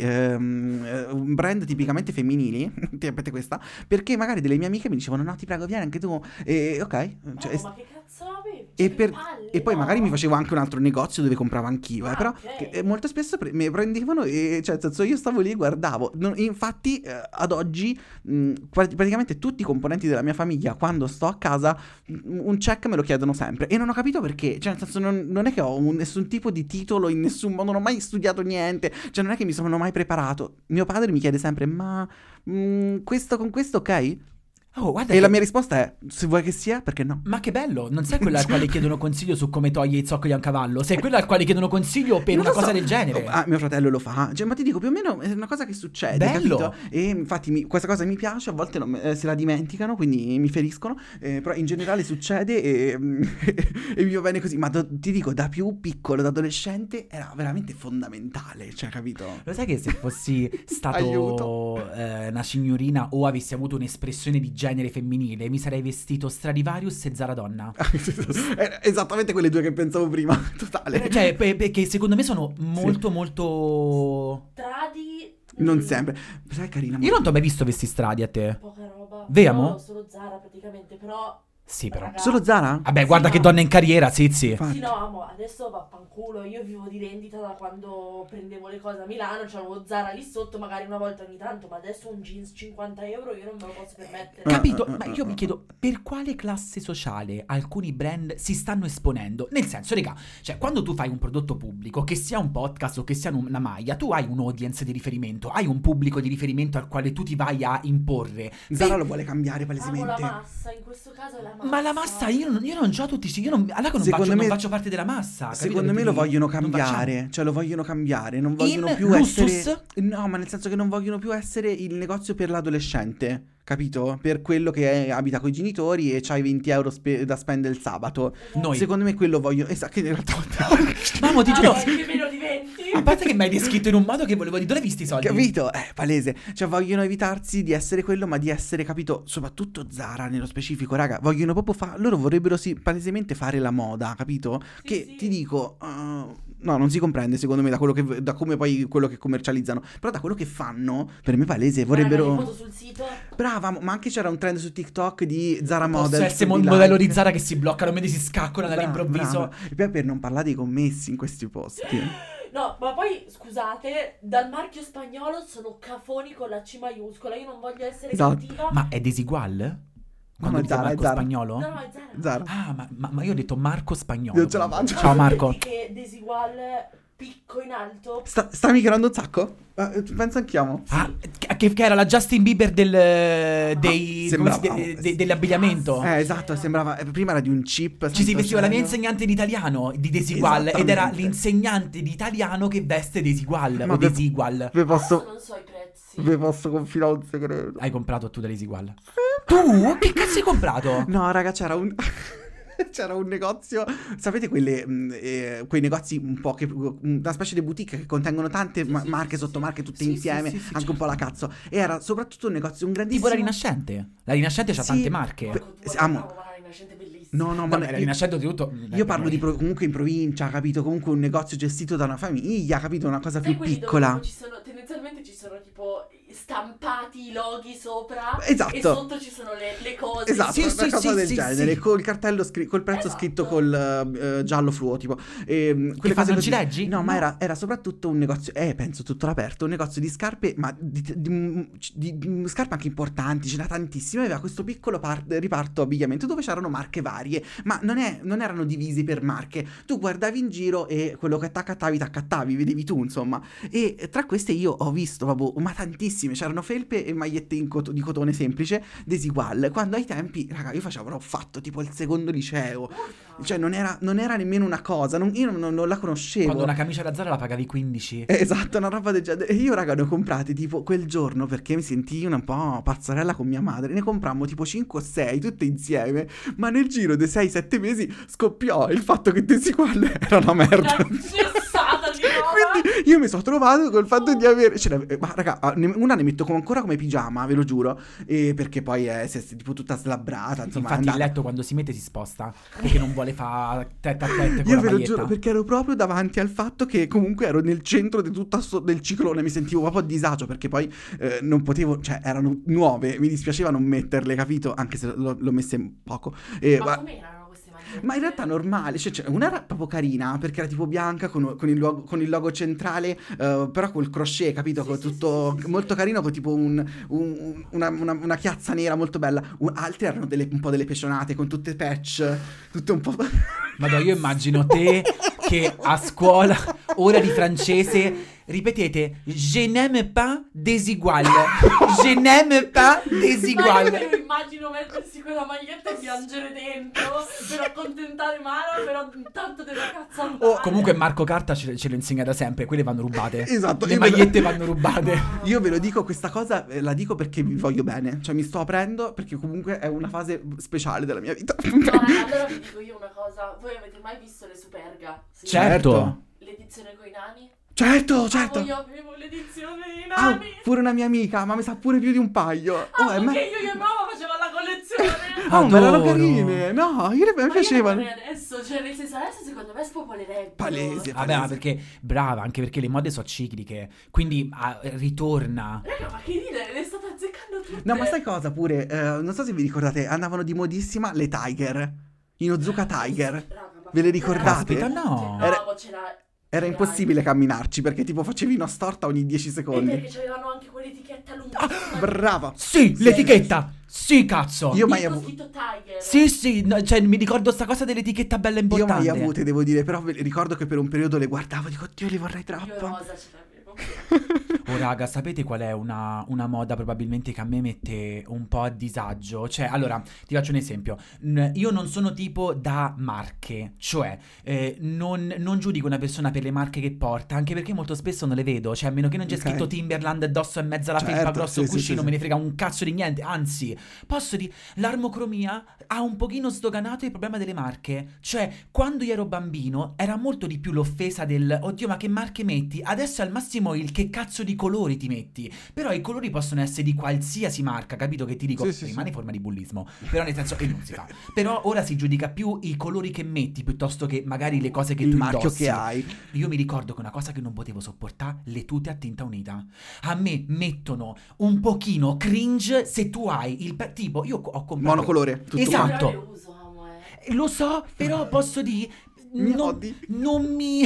[SPEAKER 2] brand tipicamente femminili, sapete questa, perché magari delle mie amiche mi dicevano no ti prego vieni anche tu, e ok. Cioè,
[SPEAKER 3] Ma che cazzo avevi?
[SPEAKER 2] e,
[SPEAKER 3] Cioè,
[SPEAKER 2] per-
[SPEAKER 3] che palle,
[SPEAKER 2] e poi
[SPEAKER 3] no?
[SPEAKER 2] magari mi facevo anche un altro negozio dove compravo anch'io,
[SPEAKER 3] Ah,
[SPEAKER 2] però
[SPEAKER 3] ok.
[SPEAKER 2] molto spesso mi prendevano e cioè nel senso io stavo lì e guardavo. Infatti ad oggi praticamente tutti i componenti della mia famiglia quando sto a casa un check me lo chiedono sempre e non ho capito perché, cioè nel senso non è che ho nessun tipo di titolo in nessun modo, non ho mai studiato niente, cioè non è che mi sono mai preparato. Mio padre mi chiede sempre ma questo con questo ok?
[SPEAKER 1] Oh, guarda
[SPEAKER 2] E la
[SPEAKER 1] che-
[SPEAKER 2] mia risposta è se vuoi che sia perché no.
[SPEAKER 1] Ma che bello, non sei quella al quale chiedono consiglio su come togliere i zoccoli a un cavallo, sei quella al quale chiedono consiglio per
[SPEAKER 2] Non
[SPEAKER 1] una
[SPEAKER 2] lo
[SPEAKER 1] cosa
[SPEAKER 2] so.
[SPEAKER 1] del genere.
[SPEAKER 2] Ah, mio fratello lo fa. Cioè, ma ti dico, più o meno è una cosa che succede,
[SPEAKER 1] Bello.
[SPEAKER 2] capito? E infatti questa cosa mi piace, a volte se la dimenticano, quindi mi feriscono, però in generale succede e mi va bene così. Ma ti dico, da più piccolo, da adolescente, era veramente fondamentale, cioè, capito?
[SPEAKER 1] Lo sai che se fossi stato
[SPEAKER 2] Aiuto.
[SPEAKER 1] una signorina o avessi avuto un'espressione di genere femminile, mi sarei vestito Stradivarius e Zara Donna.
[SPEAKER 2] Era esattamente quelle due che pensavo prima, totale.
[SPEAKER 1] Cioè, perché secondo me sono molto molto...
[SPEAKER 3] Tradi.
[SPEAKER 2] Non sempre. Sai, carina.
[SPEAKER 1] Io non ti ho mai visto vestire stradi a te.
[SPEAKER 3] Poca roba.
[SPEAKER 1] Vero,
[SPEAKER 3] No,
[SPEAKER 1] mo?
[SPEAKER 3] solo Zara praticamente, però.
[SPEAKER 1] Sì, però.
[SPEAKER 3] Raga.
[SPEAKER 2] Solo Zara?
[SPEAKER 1] Vabbè, guarda
[SPEAKER 3] Sì,
[SPEAKER 1] che
[SPEAKER 3] no.
[SPEAKER 1] donna in carriera, sì.
[SPEAKER 2] Infatti.
[SPEAKER 3] Sì, no, amo, adesso vaffanculo, io vivo di rendita da quando prendevo le cose a Milano, c'avevo Zara lì sotto, magari una volta ogni tanto, ma adesso un jeans 50 euro io non me lo posso permettere.
[SPEAKER 1] Capito? Ma io mi chiedo per quale classe sociale alcuni brand si stanno esponendo? Nel senso, raga, cioè quando tu fai un prodotto pubblico, che sia un podcast o che sia una maglia, tu hai un audience di riferimento, hai un pubblico di riferimento al quale tu ti vai a imporre.
[SPEAKER 2] Zara lo vuole cambiare
[SPEAKER 3] Amo la
[SPEAKER 2] palesemente.
[SPEAKER 3] massa, in questo caso è la massa.
[SPEAKER 1] Ma la massa io non c'ho tutti, io non, allora non,
[SPEAKER 2] Secondo
[SPEAKER 1] faccio,
[SPEAKER 2] me-
[SPEAKER 1] non faccio parte della massa. capito?
[SPEAKER 2] Secondo me lo
[SPEAKER 1] Quindi
[SPEAKER 2] vogliono
[SPEAKER 1] non facciamo.
[SPEAKER 2] cambiare, cioè lo vogliono cambiare, non vogliono
[SPEAKER 1] In
[SPEAKER 2] più
[SPEAKER 1] Luxus?
[SPEAKER 2] essere... No, ma nel senso che non vogliono più essere il negozio per l'adolescente, capito? Per quello che abita con i genitori e c'hai 20 euro da spendere il sabato.
[SPEAKER 1] Noi.
[SPEAKER 2] Secondo me quello vogliono... Esatto, che in realtà...
[SPEAKER 1] Mamma, ti
[SPEAKER 3] Ah,
[SPEAKER 1] giuro.
[SPEAKER 3] anche meno di 20.
[SPEAKER 1] A parte che mi hai descritto in un modo che volevo dire, dove hai visti i soldi?
[SPEAKER 2] Capito? Palese. Cioè vogliono evitarsi di essere quello, ma di essere, capito? Soprattutto Zara nello specifico, raga. Vogliono proprio loro vorrebbero palesemente fare la moda, capito?
[SPEAKER 3] Sì,
[SPEAKER 2] Che
[SPEAKER 3] sì.
[SPEAKER 2] ti dico... no, non si comprende secondo me da come poi quello che commercializzano. Però da quello che fanno, per me palese,
[SPEAKER 3] Raga, le
[SPEAKER 2] vorrebbero...
[SPEAKER 3] foto sul sito.
[SPEAKER 2] Brava, ma anche c'era un trend su TikTok di Zara
[SPEAKER 1] Posso
[SPEAKER 2] Model.
[SPEAKER 1] essere modello di Zara che si bloccano, mentre si scaccano dall'improvviso.
[SPEAKER 2] E poi per non parlare dei commessi in questi posti.
[SPEAKER 3] No, ma poi scusate, dal marchio spagnolo sono cafoni con la C maiuscola. Io non voglio essere
[SPEAKER 2] Esatto.
[SPEAKER 3] cattiva.
[SPEAKER 1] Ma è desigual? Quando
[SPEAKER 2] No,
[SPEAKER 1] dice
[SPEAKER 2] Zara, è
[SPEAKER 1] Marco
[SPEAKER 2] Zara.
[SPEAKER 1] Spagnolo?
[SPEAKER 3] No, è Zara.
[SPEAKER 2] Zara.
[SPEAKER 1] Ah, ma io ho detto Marco Spagnolo.
[SPEAKER 2] Non ce la faccio.
[SPEAKER 1] Ciao Marco.
[SPEAKER 3] Vedi che desigual picco in alto.
[SPEAKER 2] Sta migliorando un sacco? Penso anch'io.
[SPEAKER 1] Ah, che era la Justin Bieber
[SPEAKER 2] sembrava-
[SPEAKER 1] dell'abbigliamento.
[SPEAKER 2] Esatto, sembrava. Prima era di un chip.
[SPEAKER 1] Ci si vestiva la mia
[SPEAKER 2] insegnante.
[SPEAKER 1] insegnante di italiano di Desigual ed era
[SPEAKER 2] Esattamente.
[SPEAKER 1] l'insegnante di italiano che veste Desigual
[SPEAKER 2] Ma
[SPEAKER 1] o
[SPEAKER 2] per-
[SPEAKER 1] Desigual.
[SPEAKER 2] Vi
[SPEAKER 3] Adesso
[SPEAKER 2] posso,
[SPEAKER 3] non so i prezzi.
[SPEAKER 2] vi posso confidare un segreto.
[SPEAKER 1] Hai comprato tu da Desigual? Tu? Che cazzo hai comprato?
[SPEAKER 2] No, raga, c'era un. c'era un negozio, sapete quei negozi un po' una specie di boutique che contengono tante marche, sottomarche tutte insieme,
[SPEAKER 1] sì,
[SPEAKER 2] anche un po' la cazzo. E era soprattutto un negozio, un grandissimo...
[SPEAKER 1] Tipo la Rinascente. La Rinascente c'ha
[SPEAKER 2] Sì,
[SPEAKER 1] tante marche.
[SPEAKER 2] amo. No, ma
[SPEAKER 1] Vabbè, la Rinascente di tutto.
[SPEAKER 2] io parlo di comunque in provincia, capito? Comunque un negozio gestito da una famiglia, capito? Una cosa
[SPEAKER 3] Sai
[SPEAKER 2] più
[SPEAKER 3] quelli
[SPEAKER 2] piccola.
[SPEAKER 3] dove tendenzialmente ci sono tipo stampati i loghi sopra.
[SPEAKER 2] Esatto.
[SPEAKER 3] E sotto ci sono le cose.
[SPEAKER 2] Esatto,
[SPEAKER 1] Sì,
[SPEAKER 2] una cosa del genere,
[SPEAKER 1] sì.
[SPEAKER 2] col cartello col prezzo
[SPEAKER 3] Esatto.
[SPEAKER 2] scritto col giallo fluo, tipo. Quelle
[SPEAKER 1] Che fa,
[SPEAKER 2] cose
[SPEAKER 1] non
[SPEAKER 2] così.
[SPEAKER 1] ci leggi?
[SPEAKER 2] No, ma era soprattutto un negozio, penso tutto all'aperto, un negozio di scarpe, ma di scarpe anche importanti, ce n'era tantissime, aveva questo piccolo riparto abbigliamento dove c'erano marche varie, ma non erano divisi per marche. Tu guardavi in giro e quello che t'accattavi, vedevi tu, insomma. E tra queste io ho visto, vabbè, ma tantissime, c'erano felpe e magliette di cotone semplice, desigual, quando ai tempi, raga, io avrò fatto tipo il secondo liceo, cioè non era nemmeno una cosa, io non la conoscevo.
[SPEAKER 1] Quando una camicia da Zara la pagavi 15.
[SPEAKER 2] Esatto, una roba del genere. E io, raga, ne ho comprate tipo quel giorno perché mi sentii un po' pazzarella con mia madre. Ne comprammo tipo 5 o 6 tutte insieme. Ma nel giro dei 6-7 mesi scoppiò il fatto che Desigual era una merda.
[SPEAKER 3] Cessata di roba.
[SPEAKER 2] Quindi io mi sono trovato col fatto di avere. Ma raga, una ne metto ancora come pigiama, ve lo giuro. Perché poi è tipo tutta slabbrata. Insomma,
[SPEAKER 1] Infatti il letto quando si mette si sposta perché non vuole fare tette a tette con
[SPEAKER 2] io
[SPEAKER 1] la
[SPEAKER 2] ve lo
[SPEAKER 1] maglietta.
[SPEAKER 2] giuro, perché ero proprio davanti al fatto che comunque ero nel centro di del ciclone, mi sentivo proprio a disagio perché poi non potevo, cioè erano nuove, mi dispiaceva non metterle, capito? Anche se l'ho messe poco.
[SPEAKER 3] Ma com'erano queste magliette?
[SPEAKER 2] Ma in realtà normale, cioè, una era proprio carina perché era tipo bianca con il logo centrale, però col crochet, capito?
[SPEAKER 3] Sì,
[SPEAKER 2] Con
[SPEAKER 3] sì,
[SPEAKER 2] tutto
[SPEAKER 3] sì, sì,
[SPEAKER 2] molto carino, con tipo una chiazza nera molto bella. Altre erano un po' delle pecionate con tutte patch, tutte un po'...
[SPEAKER 1] Madonna, io immagino te che a scuola, ora di francese, ripetete Je n'aime pas desigual. Je n'aime pas
[SPEAKER 3] Ma
[SPEAKER 1] desigual.
[SPEAKER 3] io me lo immagino mettersi quella maglietta e piangere dentro per accontentare Mara, però intanto della cazzo andare.
[SPEAKER 1] Comunque Marco Carta ce lo insegna da sempre, quelle vanno rubate.
[SPEAKER 2] Esatto,
[SPEAKER 1] Le
[SPEAKER 2] io ve lo-
[SPEAKER 1] magliette vanno rubate.
[SPEAKER 2] Io ve lo dico, questa cosa la dico perché vi voglio bene. Cioè mi sto aprendo perché comunque è una fase speciale della mia vita.
[SPEAKER 3] No, raga, allora vi dico io una cosa. Voi avete mai visto le Superga? Sì.
[SPEAKER 1] Certo.
[SPEAKER 3] L'edizione con i nani?
[SPEAKER 2] Certo.
[SPEAKER 3] Io avevo l'edizione dei
[SPEAKER 2] Ah,
[SPEAKER 3] nani.
[SPEAKER 2] pure una mia amica, ma mi sa pure più di un paio.
[SPEAKER 3] Anche io e mamma faceva la collezione.
[SPEAKER 2] Ma erano
[SPEAKER 1] Adoro.
[SPEAKER 2] carine. No, io mi
[SPEAKER 3] Ma io
[SPEAKER 2] piacevano.
[SPEAKER 3] le vorrei adesso, cioè nel senso adesso secondo me spopolerebbero.
[SPEAKER 2] Palese.
[SPEAKER 1] Vabbè, ma perché brava, anche perché le mode sono cicliche, quindi ritorna.
[SPEAKER 3] Raga, ma che ridere, le state azzeccando tutte.
[SPEAKER 2] No, ma sai cosa pure? Non so se vi ricordate, andavano di modissima le Tiger. Inozuka Tiger.
[SPEAKER 3] Raga, ma
[SPEAKER 2] Ve le ricordate?
[SPEAKER 1] Caspita, no.
[SPEAKER 2] Era-
[SPEAKER 3] ma c'era
[SPEAKER 2] Era impossibile camminarci perché tipo facevi una storta ogni 10
[SPEAKER 3] E
[SPEAKER 2] secondi.
[SPEAKER 3] perché c'avevano anche quell'etichetta lunghissima.
[SPEAKER 2] Brava.
[SPEAKER 1] Sì, l'etichetta. Sì, cazzo.
[SPEAKER 2] Io mai
[SPEAKER 3] Tipo
[SPEAKER 2] avuto.
[SPEAKER 3] scritto Tiger.
[SPEAKER 1] Sì, no, cioè mi ricordo sta cosa dell'etichetta bella
[SPEAKER 2] Io
[SPEAKER 1] importante.
[SPEAKER 2] mai avute, devo dire, però ricordo che per un periodo le guardavo e dico, oddio, li vorrei
[SPEAKER 3] Io
[SPEAKER 2] troppo.
[SPEAKER 3] rosa ce l'avevo.
[SPEAKER 1] Oh raga, sapete qual è una moda probabilmente che a me mette un po' a disagio? Cioè, allora, ti faccio un esempio. Io non sono tipo da marche, cioè non giudico una persona per le marche che porta, anche perché molto spesso non le vedo, cioè a meno che non c'è
[SPEAKER 2] Ok.
[SPEAKER 1] scritto Timberland addosso in mezzo alla felpa,
[SPEAKER 2] Certo,
[SPEAKER 1] grosso
[SPEAKER 2] sì, sì,
[SPEAKER 1] cuscino,
[SPEAKER 2] sì,
[SPEAKER 1] me
[SPEAKER 2] sì.
[SPEAKER 1] ne frega un cazzo di niente, anzi, posso dire, l'armocromia ha un pochino sdoganato il problema delle marche, cioè quando io ero bambino era molto di più l'offesa del oddio ma che marche metti, adesso è al massimo il che cazzo di colori ti metti, però i colori possono essere di qualsiasi marca, capito che ti dico,
[SPEAKER 2] Sì, sì,
[SPEAKER 1] rimane
[SPEAKER 2] sì.
[SPEAKER 1] forma di bullismo, però nel senso che non si fa, però ora si giudica più i colori che metti piuttosto che magari le cose che
[SPEAKER 2] Il
[SPEAKER 1] tu
[SPEAKER 2] marchio
[SPEAKER 1] indossi.
[SPEAKER 2] che hai.
[SPEAKER 1] Io mi ricordo che una cosa che non potevo sopportare, le tute a tinta unita. A me mettono un pochino cringe se tu hai il tipo, io ho comprato
[SPEAKER 2] Monocolore, tutto
[SPEAKER 1] Esatto.
[SPEAKER 2] quanto.
[SPEAKER 3] Però le uso, amo,
[SPEAKER 1] Lo so, però posso dire
[SPEAKER 2] Mi odi.
[SPEAKER 1] non mi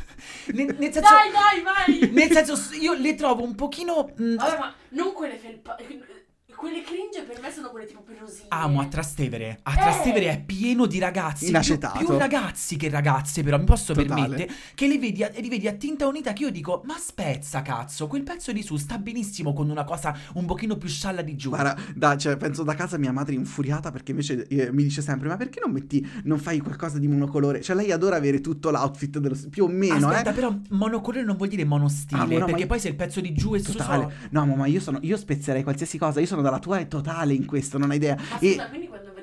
[SPEAKER 1] nel senso
[SPEAKER 3] Vai.
[SPEAKER 1] nel senso io le trovo un pochino
[SPEAKER 3] Vabbè, ma non quelle felpa. Quelle cringe per me sono quelle tipo pelosine.
[SPEAKER 1] amo a Trastevere. A Trastevere è pieno di ragazzi,
[SPEAKER 2] In acetato.
[SPEAKER 1] più ragazzi che ragazze, però mi posso
[SPEAKER 2] Totale.
[SPEAKER 1] permettere che li vedi a tinta unita che io dico, ma spezza cazzo, quel pezzo di su sta benissimo con una cosa un pochino più scialla di giù.
[SPEAKER 2] Guarda, cioè, penso da casa mia madre infuriata perché invece mi dice sempre, ma perché non fai qualcosa di monocolore? Cioè lei adora avere tutto l'outfit più o meno,
[SPEAKER 1] Aspetta, però monocolore non vuol dire monostile,
[SPEAKER 2] Ah, no, ma
[SPEAKER 1] perché
[SPEAKER 2] io-
[SPEAKER 1] poi se il pezzo di giù e su
[SPEAKER 2] Totale. No, ma io spezzerei qualsiasi cosa. Io sono dalla tua e totale in questo, non hai idea.
[SPEAKER 3] Ma
[SPEAKER 2] E
[SPEAKER 3] scusa, quindi quando vengo in tuta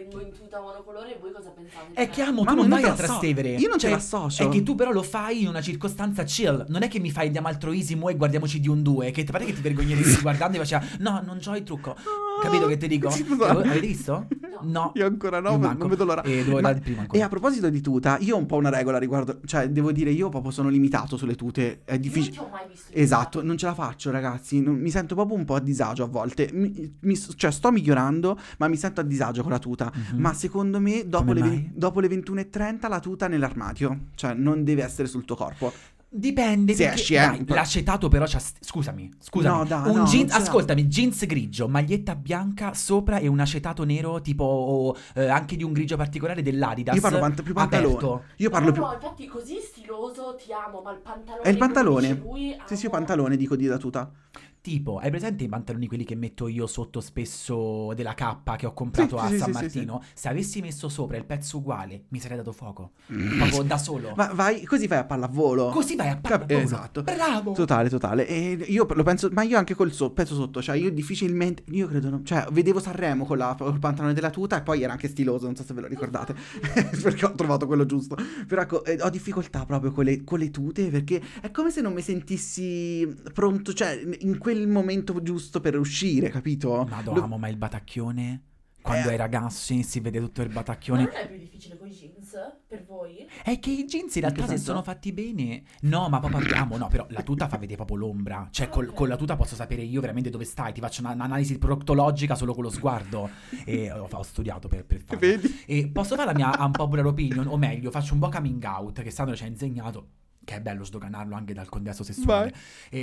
[SPEAKER 3] tuta monocolore e voi cosa pensate?
[SPEAKER 1] È che amo,
[SPEAKER 2] Ma
[SPEAKER 1] tu non
[SPEAKER 2] non
[SPEAKER 1] vai
[SPEAKER 2] te
[SPEAKER 1] a
[SPEAKER 2] la so-
[SPEAKER 1] Trastevere.
[SPEAKER 2] io non te
[SPEAKER 1] Cioè,
[SPEAKER 2] l'associo.
[SPEAKER 1] È che tu però lo fai in una circostanza chill. Non è che mi fai andiamo al Troisimo e guardiamoci di un 2. Che ti pare che ti vergogneresti guardando e faceva no, non c'ho il trucco. Capito che ti dico?
[SPEAKER 2] Scusa.
[SPEAKER 1] Avete visto? No.
[SPEAKER 2] Io ancora no,
[SPEAKER 1] Io
[SPEAKER 2] ma
[SPEAKER 1] manco.
[SPEAKER 2] non vedo l'ora.
[SPEAKER 1] E devo
[SPEAKER 2] Ma-
[SPEAKER 1] dare il primo ancora.
[SPEAKER 2] E a proposito di tuta, io ho un po' una regola riguardo, cioè devo dire io proprio sono limitato sulle tute, è
[SPEAKER 3] Non
[SPEAKER 2] difficile.
[SPEAKER 3] ti ho mai visto.
[SPEAKER 2] Esatto, non ce la faccio ragazzi, mi sento proprio un po' a disagio a volte, cioè sto migliorando ma mi sento a disagio con la tuta,
[SPEAKER 1] Mhm.
[SPEAKER 2] ma secondo me dopo
[SPEAKER 1] Come
[SPEAKER 2] le,
[SPEAKER 1] mai?
[SPEAKER 2] dopo le 21:30 la tuta nell'armadio, cioè non deve essere sul tuo corpo.
[SPEAKER 1] Dipende
[SPEAKER 2] Se
[SPEAKER 1] perché
[SPEAKER 2] esci,
[SPEAKER 1] dai, l'acetato però c'ha scusami.
[SPEAKER 2] No, dai,
[SPEAKER 1] un
[SPEAKER 2] no,
[SPEAKER 1] jeans,
[SPEAKER 2] non ce l'ha.
[SPEAKER 1] ascoltami, jeans grigio, maglietta bianca sopra e un acetato nero tipo anche di un grigio particolare dell'Adidas.
[SPEAKER 2] Io parlo più pantalone.
[SPEAKER 1] aperto.
[SPEAKER 2] Io parlo più...
[SPEAKER 3] No, infatti così stiloso ti amo, ma il pantalone...
[SPEAKER 2] È il pantalone.
[SPEAKER 3] come dice lui,
[SPEAKER 2] Sì, sì,
[SPEAKER 3] amo-
[SPEAKER 2] pantalone dico di da tuta.
[SPEAKER 1] Tipo, hai presente i pantaloni quelli che metto io sotto spesso della K che ho comprato
[SPEAKER 2] Sì,
[SPEAKER 1] a
[SPEAKER 2] sì,
[SPEAKER 1] San
[SPEAKER 2] sì, sì,
[SPEAKER 1] Martino? Se avessi messo sopra il pezzo uguale, mi sarei dato fuoco. Proprio da solo.
[SPEAKER 2] Ma vai, così vai a pallavolo.
[SPEAKER 1] Così vai a pallavolo.
[SPEAKER 2] Esatto.
[SPEAKER 1] Bravo.
[SPEAKER 2] Totale. E io lo penso, ma io anche col pezzo sotto, cioè io difficilmente, io credo, cioè vedevo Sanremo col pantalone della tuta e poi era anche stiloso, non so se ve lo ricordate, perché ho trovato quello giusto. Però ecco, ho difficoltà proprio con le tute perché è come se non mi sentissi pronto, cioè in quel momento giusto per uscire, capito?
[SPEAKER 1] Madonna, amo, ma il batacchione? Quando ai ragazzi si vede tutto il
[SPEAKER 3] Ma
[SPEAKER 1] batacchione.
[SPEAKER 3] non è più difficile con i jeans per voi?
[SPEAKER 1] È che i jeans in realtà
[SPEAKER 2] che
[SPEAKER 1] se
[SPEAKER 2] senso?
[SPEAKER 1] sono fatti bene. No, ma proprio abbiamo. No, però la tuta fa vedere proprio l'ombra. Cioè, con la tuta posso sapere io veramente dove stai. Ti faccio un'analisi proctologica solo con lo sguardo. E ho studiato per farlo.
[SPEAKER 2] Vedi?
[SPEAKER 1] E posso fare la mia unpopular opinion? O meglio, faccio un po' coming out che Sandro ci ha insegnato. Che è bello sdoganarlo anche dal contesto sessuale.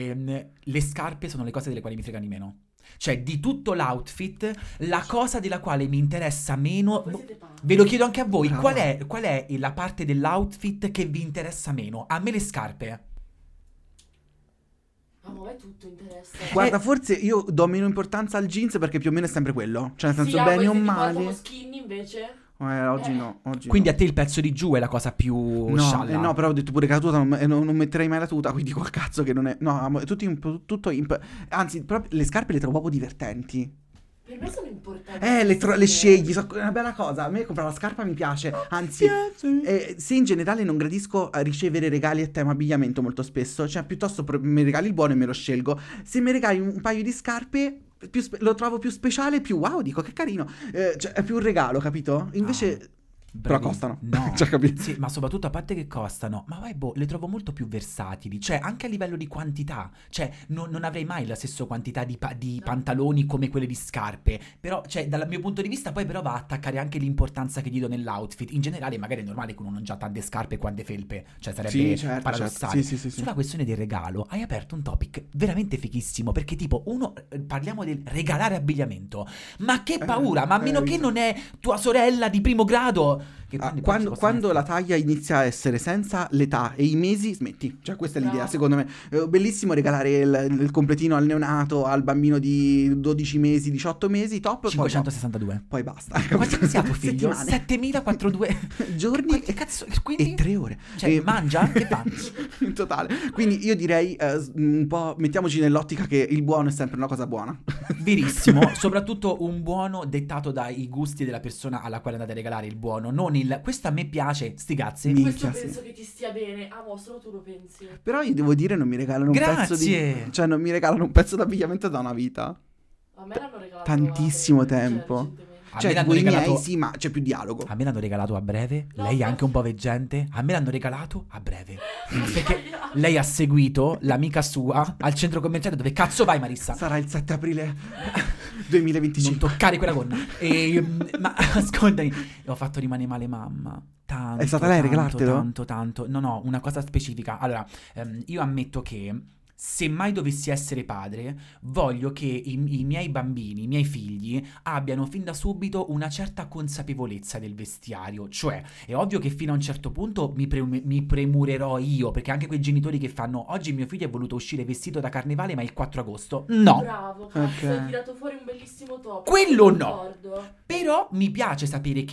[SPEAKER 1] Le scarpe sono le cose delle quali mi fregano di meno. Cioè, di tutto l'outfit, la cosa della quale mi interessa meno.
[SPEAKER 3] Voi siete pazzi.
[SPEAKER 1] Ve lo chiedo anche a voi,
[SPEAKER 2] Brava.
[SPEAKER 1] qual è la parte dell'outfit che vi interessa meno? A me le scarpe.
[SPEAKER 3] Amo, a me tutto interessa.
[SPEAKER 2] Guarda, forse io do meno importanza al jeans perché più o meno è sempre quello, cioè nel senso
[SPEAKER 3] Sì,
[SPEAKER 2] bene o
[SPEAKER 3] voi siete
[SPEAKER 2] male.
[SPEAKER 3] tipo skinny invece?
[SPEAKER 2] Oggi no, oggi
[SPEAKER 1] Quindi
[SPEAKER 2] no.
[SPEAKER 1] a te il pezzo di giù è la cosa più
[SPEAKER 2] No,
[SPEAKER 1] scialla.
[SPEAKER 2] no, però ho detto pure che la tuta non metterei mai la tuta, quindi col cazzo che non è. No, amo, è tutto anzi, proprio le scarpe le trovo proprio divertenti.
[SPEAKER 3] Per me sono importanti.
[SPEAKER 2] Le scegli, è una bella cosa. A me comprare la scarpa mi piace. Anzi, se in generale non gradisco ricevere regali a tema abbigliamento molto spesso, cioè piuttosto mi regali il buono e me lo scelgo. Se mi regali un paio di scarpe, lo trovo più speciale, più wow, dico che carino. Cioè, è più un regalo, capito? Invece. Però
[SPEAKER 1] Bravi-
[SPEAKER 2] costano.
[SPEAKER 1] No,
[SPEAKER 2] Cioè, capito?
[SPEAKER 1] sì, ma soprattutto a parte che costano, ma vai, boh, le trovo molto più versatili, cioè anche a livello di quantità, cioè non avrei mai la stessa quantità di pantaloni come quelle di scarpe, però, cioè, dal mio punto di vista poi però va a attaccare anche l'importanza che gli do nell'outfit, in generale magari è normale che uno non ha tante scarpe e quante felpe, cioè sarebbe
[SPEAKER 2] Sì, certo,
[SPEAKER 1] paradossale.
[SPEAKER 2] certo. Sì.
[SPEAKER 1] Sulla questione del regalo hai aperto un topic veramente fighissimo, perché tipo, parliamo del regalare abbigliamento, ma che paura, ma a meno che non è tua sorella di primo grado. Che quindi poi ci possono
[SPEAKER 2] Quando la
[SPEAKER 1] essere-
[SPEAKER 2] taglia inizia a essere senza l'età e i mesi, smetti. Cioè, questa è l'idea,
[SPEAKER 3] Bravo.
[SPEAKER 2] secondo me. Bellissimo regalare il completino al neonato, al bambino di 12 mesi, 18 mesi, top. poi
[SPEAKER 1] 562.
[SPEAKER 2] Poi basta.
[SPEAKER 1] Quanti mesi ha tuo figlio?
[SPEAKER 2] Settimane.
[SPEAKER 1] 7042
[SPEAKER 2] Giorni
[SPEAKER 1] Quanti cazzo? Quindi
[SPEAKER 2] e 3 ore.
[SPEAKER 1] Cioè,
[SPEAKER 2] E-
[SPEAKER 1] mangia e va.
[SPEAKER 2] In totale. Quindi io direi un po' mettiamoci nell'ottica che il buono è sempre una cosa buona.
[SPEAKER 1] Verissimo, soprattutto un buono dettato dai gusti della persona alla quale andate a regalare il buono, non il questo a me piace, sti cazzi.
[SPEAKER 2] Minchia,
[SPEAKER 3] Questo
[SPEAKER 2] sì.
[SPEAKER 3] penso che ti stia bene. Amo, solo tu lo pensi.
[SPEAKER 2] Però io devo dire non mi regalano un pezzo di
[SPEAKER 1] Grazie.
[SPEAKER 2] cioè non mi regalano un pezzo d'abbigliamento da una vita.
[SPEAKER 3] A me l'hanno regalato
[SPEAKER 2] Tantissimo
[SPEAKER 3] a breve,
[SPEAKER 2] tempo.
[SPEAKER 3] cioè, recentemente.
[SPEAKER 1] A
[SPEAKER 2] Cioè,
[SPEAKER 1] me l'hanno
[SPEAKER 2] tipo i
[SPEAKER 1] regalato-
[SPEAKER 2] miei sì, ma c'è più dialogo.
[SPEAKER 1] A me l'hanno regalato a breve,
[SPEAKER 3] No,
[SPEAKER 1] lei è
[SPEAKER 3] ma-
[SPEAKER 1] anche un po' veggente, a me l'hanno regalato a breve. Perché lei ha seguito l'amica sua al centro commerciale dove cazzo vai Marissa?
[SPEAKER 2] Sarà il 7 aprile
[SPEAKER 1] Non
[SPEAKER 2] 2025.
[SPEAKER 1] toccare quella gonna. Ma ascoltami, ho fatto rimanere male mamma. Tanto,
[SPEAKER 2] È stata lei a
[SPEAKER 1] tanto,
[SPEAKER 2] regalartelo?
[SPEAKER 1] tanto. No, una cosa specifica. Allora, io ammetto che se mai dovessi essere padre, voglio che i miei bambini, i miei figli, abbiano fin da subito una certa consapevolezza del vestiario. Cioè, è ovvio che fino a un certo punto mi premurerò io, perché anche quei genitori che fanno oggi mio figlio è voluto uscire vestito da carnevale, ma il 4 agosto. No!
[SPEAKER 3] Bravo, cazzo,
[SPEAKER 2] Ok.
[SPEAKER 3] hai tirato fuori un bellissimo topic.
[SPEAKER 1] Quello
[SPEAKER 3] sono
[SPEAKER 1] no.
[SPEAKER 3] d'accordo.
[SPEAKER 1] Però mi piace sapere che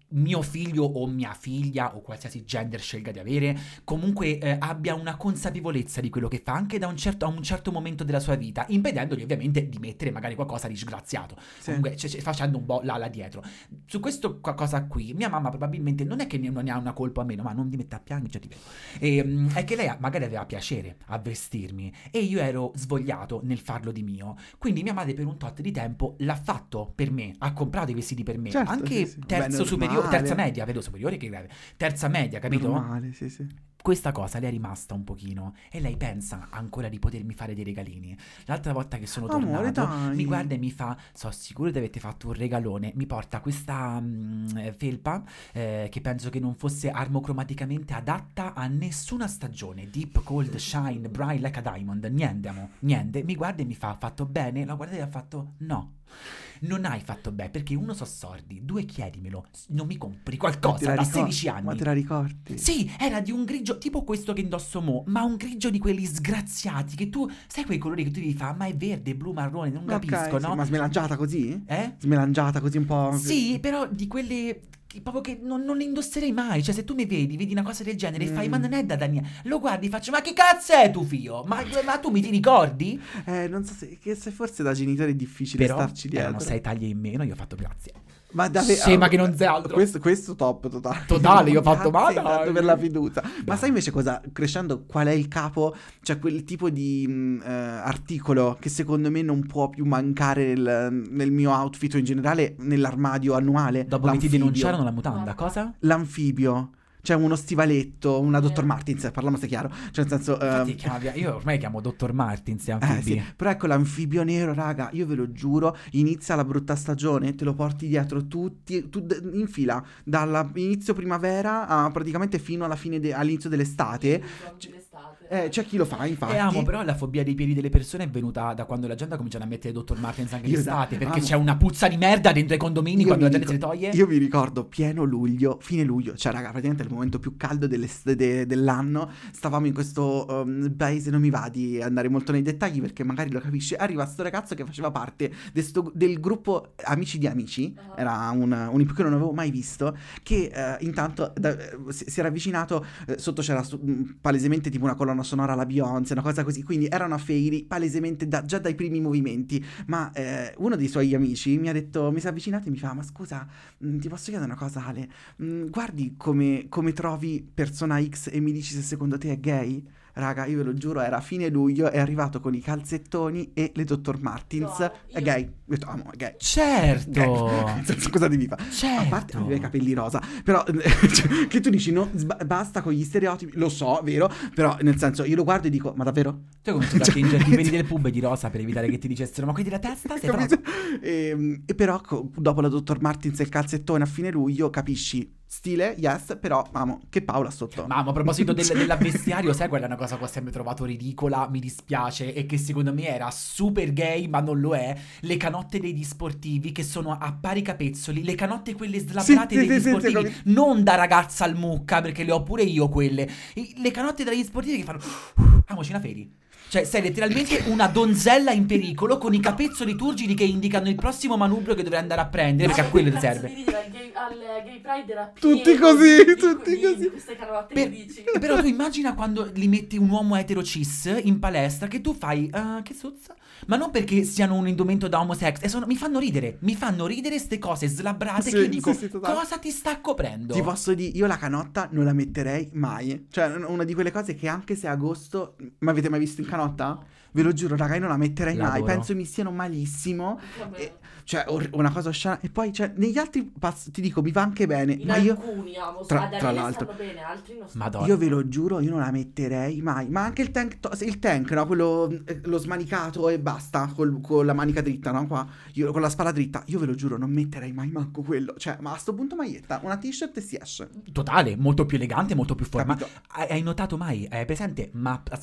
[SPEAKER 1] mio figlio o mia figlia o qualsiasi gender scelga di avere comunque abbia una consapevolezza di quello che fa anche a un certo momento della sua vita, impedendogli ovviamente di mettere magari qualcosa di sgraziato, comunque facendo un po' là dietro. Su questo cosa qui mia mamma probabilmente non è che non ne ha una colpa o meno, ma non mi metta a piangere, già ti vedo, è che lei magari aveva piacere a vestirmi e io ero svogliato nel farlo di mio, quindi mia madre per un tot di tempo l'ha fatto per me, ha comprato i vestiti per me,
[SPEAKER 2] Certo,
[SPEAKER 1] anche
[SPEAKER 2] sì.
[SPEAKER 1] terzo
[SPEAKER 2] Beh,
[SPEAKER 1] superiore,
[SPEAKER 2] normale.
[SPEAKER 1] terza media, vedo superiore che grave, terza media, capito?
[SPEAKER 2] Normale, sì.
[SPEAKER 1] Questa cosa le è rimasta un pochino e lei pensa ancora di potermi fare dei regalini. L'altra volta che sono
[SPEAKER 2] Amore,
[SPEAKER 1] tornato
[SPEAKER 2] dai.
[SPEAKER 1] mi guarda e mi fa: sono sicuro di avete fatto un regalone. Mi porta questa felpa che penso che non fosse armocromaticamente adatta a nessuna stagione. Deep, cold, shine, bright like a diamond. Niente, amo, niente. Mi guarda e mi fa: fatto bene? La guarda e ha fatto: no, non hai fatto bene, perché uno so sordi, due chiedimelo, non mi compri qualcosa da 16 anni.
[SPEAKER 2] Ma te la ricordi?
[SPEAKER 1] Sì, era di un grigio tipo questo che indosso mo, ma un grigio di quelli sgraziati che tu, sai quei colori che tu devi fare, ma è verde, blu, marrone, non capisco,
[SPEAKER 2] sì,
[SPEAKER 1] no?
[SPEAKER 2] ma smelangiata così?
[SPEAKER 1] Eh?
[SPEAKER 2] Smelangiata così un po'.
[SPEAKER 1] Sì, però di quelle proprio che non le indosserei mai. Cioè, se tu mi vedi una cosa del genere e fai: ma non è da Daniele, lo guardi e faccio: ma che cazzo è tu figlio? Ma tu mi ti ricordi?
[SPEAKER 2] Non so se forse da genitore è difficile
[SPEAKER 1] Però
[SPEAKER 2] starci dietro.
[SPEAKER 1] erano 6 taglie in meno, io ho fatto grazie.
[SPEAKER 2] Ma davvero?
[SPEAKER 1] Scema che non sei altro.
[SPEAKER 2] Questo top totale.
[SPEAKER 1] Totale, io ho fatto
[SPEAKER 2] Grazie
[SPEAKER 1] male.
[SPEAKER 2] intanto per la fiducia. Ma
[SPEAKER 1] Bravo.
[SPEAKER 2] sai invece cosa? Crescendo, qual è il capo? Cioè quel tipo di articolo che secondo me non può più mancare nel mio outfit o in generale nell'armadio annuale.
[SPEAKER 1] Dopo che ti
[SPEAKER 2] L'anfibio.
[SPEAKER 1] denunciarono la mutanda, cosa?
[SPEAKER 2] L'anfibio. Cioè uno stivaletto, una Dr. Martins, parliamo se chiaro. Cioè nel senso...
[SPEAKER 1] Infatti io ormai chiamo Dr. Martins e anfibi.
[SPEAKER 2] sì. Però ecco l'anfibio nero, raga, io ve lo giuro, inizia la brutta stagione, te lo porti dietro in fila, dall'inizio primavera a praticamente fino alla fine all'inizio dell'estate. C'è chi lo fa, infatti.
[SPEAKER 1] E amo, però la fobia dei piedi delle persone è venuta da quando la gente ha cominciato a mettere Dr. Martens anche
[SPEAKER 2] Io
[SPEAKER 1] d'estate, perché
[SPEAKER 2] amo.
[SPEAKER 1] c'è una puzza di merda dentro i condomini
[SPEAKER 2] Io
[SPEAKER 1] quando la
[SPEAKER 2] mi
[SPEAKER 1] gente se le toglie.
[SPEAKER 2] Io vi ricordo pieno luglio, fine luglio, cioè raga, praticamente è il momento più caldo dell'anno. Stavamo in questo paese, non mi va di andare molto nei dettagli perché magari lo capisci. Arriva sto ragazzo che faceva parte del gruppo Amici di Amici, era un IP che non avevo mai visto, che intanto si era avvicinato, sotto c'era palesemente tipo una colonna sonora alla Beyoncé, una cosa così, quindi era una fairy palesemente già dai primi movimenti, ma uno dei suoi amici mi si è avvicinato e mi fa: ma scusa, ti posso chiedere una cosa, Ale? Guardi come trovi persona X e mi dici se secondo te è gay? Raga, io ve lo giuro, era fine luglio, è arrivato con i calzettoni e le Dr. Martins.
[SPEAKER 3] No,
[SPEAKER 2] È gay. Io ho detto, amo, è gay.
[SPEAKER 1] Certo.
[SPEAKER 2] Nel senso, cosa devi fare?
[SPEAKER 1] Certo.
[SPEAKER 2] A parte aveva i capelli rosa, però cioè, che tu dici no, basta con gli stereotipi, lo so, vero? Però nel senso, io lo guardo e dico: ma davvero?
[SPEAKER 1] Tu hai cominciato a tingerti i peli del pube di rosa per evitare che ti dicessero: ma quelli della testa sei
[SPEAKER 2] Capito?
[SPEAKER 1] rosa.
[SPEAKER 2] E però dopo la Dr. Martins e il calzettone a fine luglio capisci stile, yes, però amo che Paola sotto.
[SPEAKER 1] Ma a proposito dell'avvestiario, sai quella è una cosa che ho sempre trovato ridicola, mi dispiace, e che secondo me era super gay ma non lo è: le canotte degli sportivi che sono a pari capezzoli, le canotte quelle slabbrate
[SPEAKER 2] Sì,
[SPEAKER 1] degli
[SPEAKER 2] sì,
[SPEAKER 1] sportivi, non da ragazza al mucca, perché le ho pure io quelle, le canotte degli sportivi che fanno amoci una feri. Cioè, sei letteralmente una donzella in pericolo con i capezzoli turgidi che indicano il prossimo manubrio che dovrai andare a prendere, perché a quello ti serve.
[SPEAKER 3] Al Gay Pride era
[SPEAKER 2] Tutti
[SPEAKER 3] pieno
[SPEAKER 2] così,
[SPEAKER 3] di
[SPEAKER 2] tutti così.
[SPEAKER 3] queste canotte che dici.
[SPEAKER 1] Però tu immagina quando li metti un uomo etero cis in palestra che tu fai che suzza? Ma non perché siano un indumento da homosex, mi fanno ridere ste cose slabbrate
[SPEAKER 2] Sì,
[SPEAKER 1] che io dico:
[SPEAKER 2] sì, totale.
[SPEAKER 1] cosa ti sta coprendo?
[SPEAKER 2] Ti posso dire, io la canotta non la metterei mai. Cioè, una di quelle cose che anche se è agosto... Ma avete mai visto in canotta? Ve lo giuro, raga, io non la metterei mai.
[SPEAKER 1] L'adoro.
[SPEAKER 2] Penso mi stiano malissimo.
[SPEAKER 3] Vabbè.
[SPEAKER 2] Cioè, una cosa oscena. E poi, cioè, negli altri ti dico, mi va anche bene.
[SPEAKER 3] In
[SPEAKER 2] Ma io...
[SPEAKER 3] alcuni amo,
[SPEAKER 2] tra
[SPEAKER 3] ad alcuni
[SPEAKER 2] l'altro.
[SPEAKER 3] stanno bene, altri non stanno.
[SPEAKER 1] Madonna.
[SPEAKER 2] Io ve lo giuro, io non la metterei mai. Ma anche il tank, no? Quello, lo smanicato e basta, con la manica dritta, no? Qua, io con la spalla dritta. Io ve lo giuro, non metterei mai manco quello. Cioè, ma a sto punto maglietta, una t-shirt e si esce.
[SPEAKER 1] Totale, molto più elegante, molto più formato.
[SPEAKER 2] Capito?
[SPEAKER 1] Hai notato mai? Hai presente?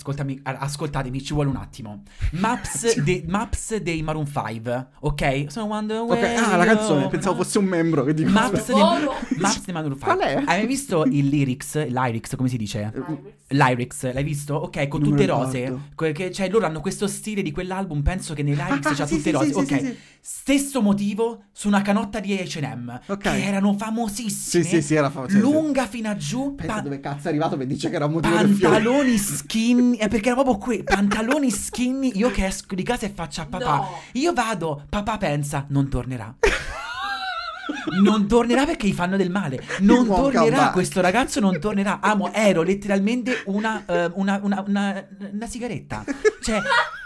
[SPEAKER 1] Ascoltatemi, ci vuole un attimo. Maps dei Maroon 5, ok? Sono wonder
[SPEAKER 2] Ok,
[SPEAKER 1] where
[SPEAKER 2] la canzone,
[SPEAKER 1] you-
[SPEAKER 2] pensavo fosse un membro che dico.
[SPEAKER 1] Maps
[SPEAKER 3] Buono.
[SPEAKER 1] di Maroon 5.
[SPEAKER 2] Qual è?
[SPEAKER 1] Hai mai visto il lyrics, come si dice? Lyrics, l'hai visto? Ok, con
[SPEAKER 2] Non
[SPEAKER 1] tutte
[SPEAKER 2] me lo
[SPEAKER 1] rose.
[SPEAKER 2] ricordo.
[SPEAKER 1] Cioè, loro hanno questo stile di quell'album. Penso che nei lyrics c'ha
[SPEAKER 2] sì,
[SPEAKER 1] tutte
[SPEAKER 2] sì,
[SPEAKER 1] rose.
[SPEAKER 2] sì,
[SPEAKER 1] ok,
[SPEAKER 2] sì, sì.
[SPEAKER 1] stesso motivo su una canotta di H&M.
[SPEAKER 2] Ok.
[SPEAKER 1] Che erano famosissime.
[SPEAKER 2] Sì, era famoso.
[SPEAKER 1] Lunga fino a giù.
[SPEAKER 2] Pensa dove cazzo è arrivato per dice che era un motivo del fiore.
[SPEAKER 1] Pantaloni skinny. Perché era proprio pantaloni skinny. Io che esco di casa e faccio a papà.
[SPEAKER 3] No.
[SPEAKER 1] Io vado. Papà pensa, non tornerà. Non tornerà perché gli fanno del male. Non
[SPEAKER 2] Won't come
[SPEAKER 1] tornerà,
[SPEAKER 2] back.
[SPEAKER 1] questo ragazzo non tornerà. Ero letteralmente una sigaretta. Cioè,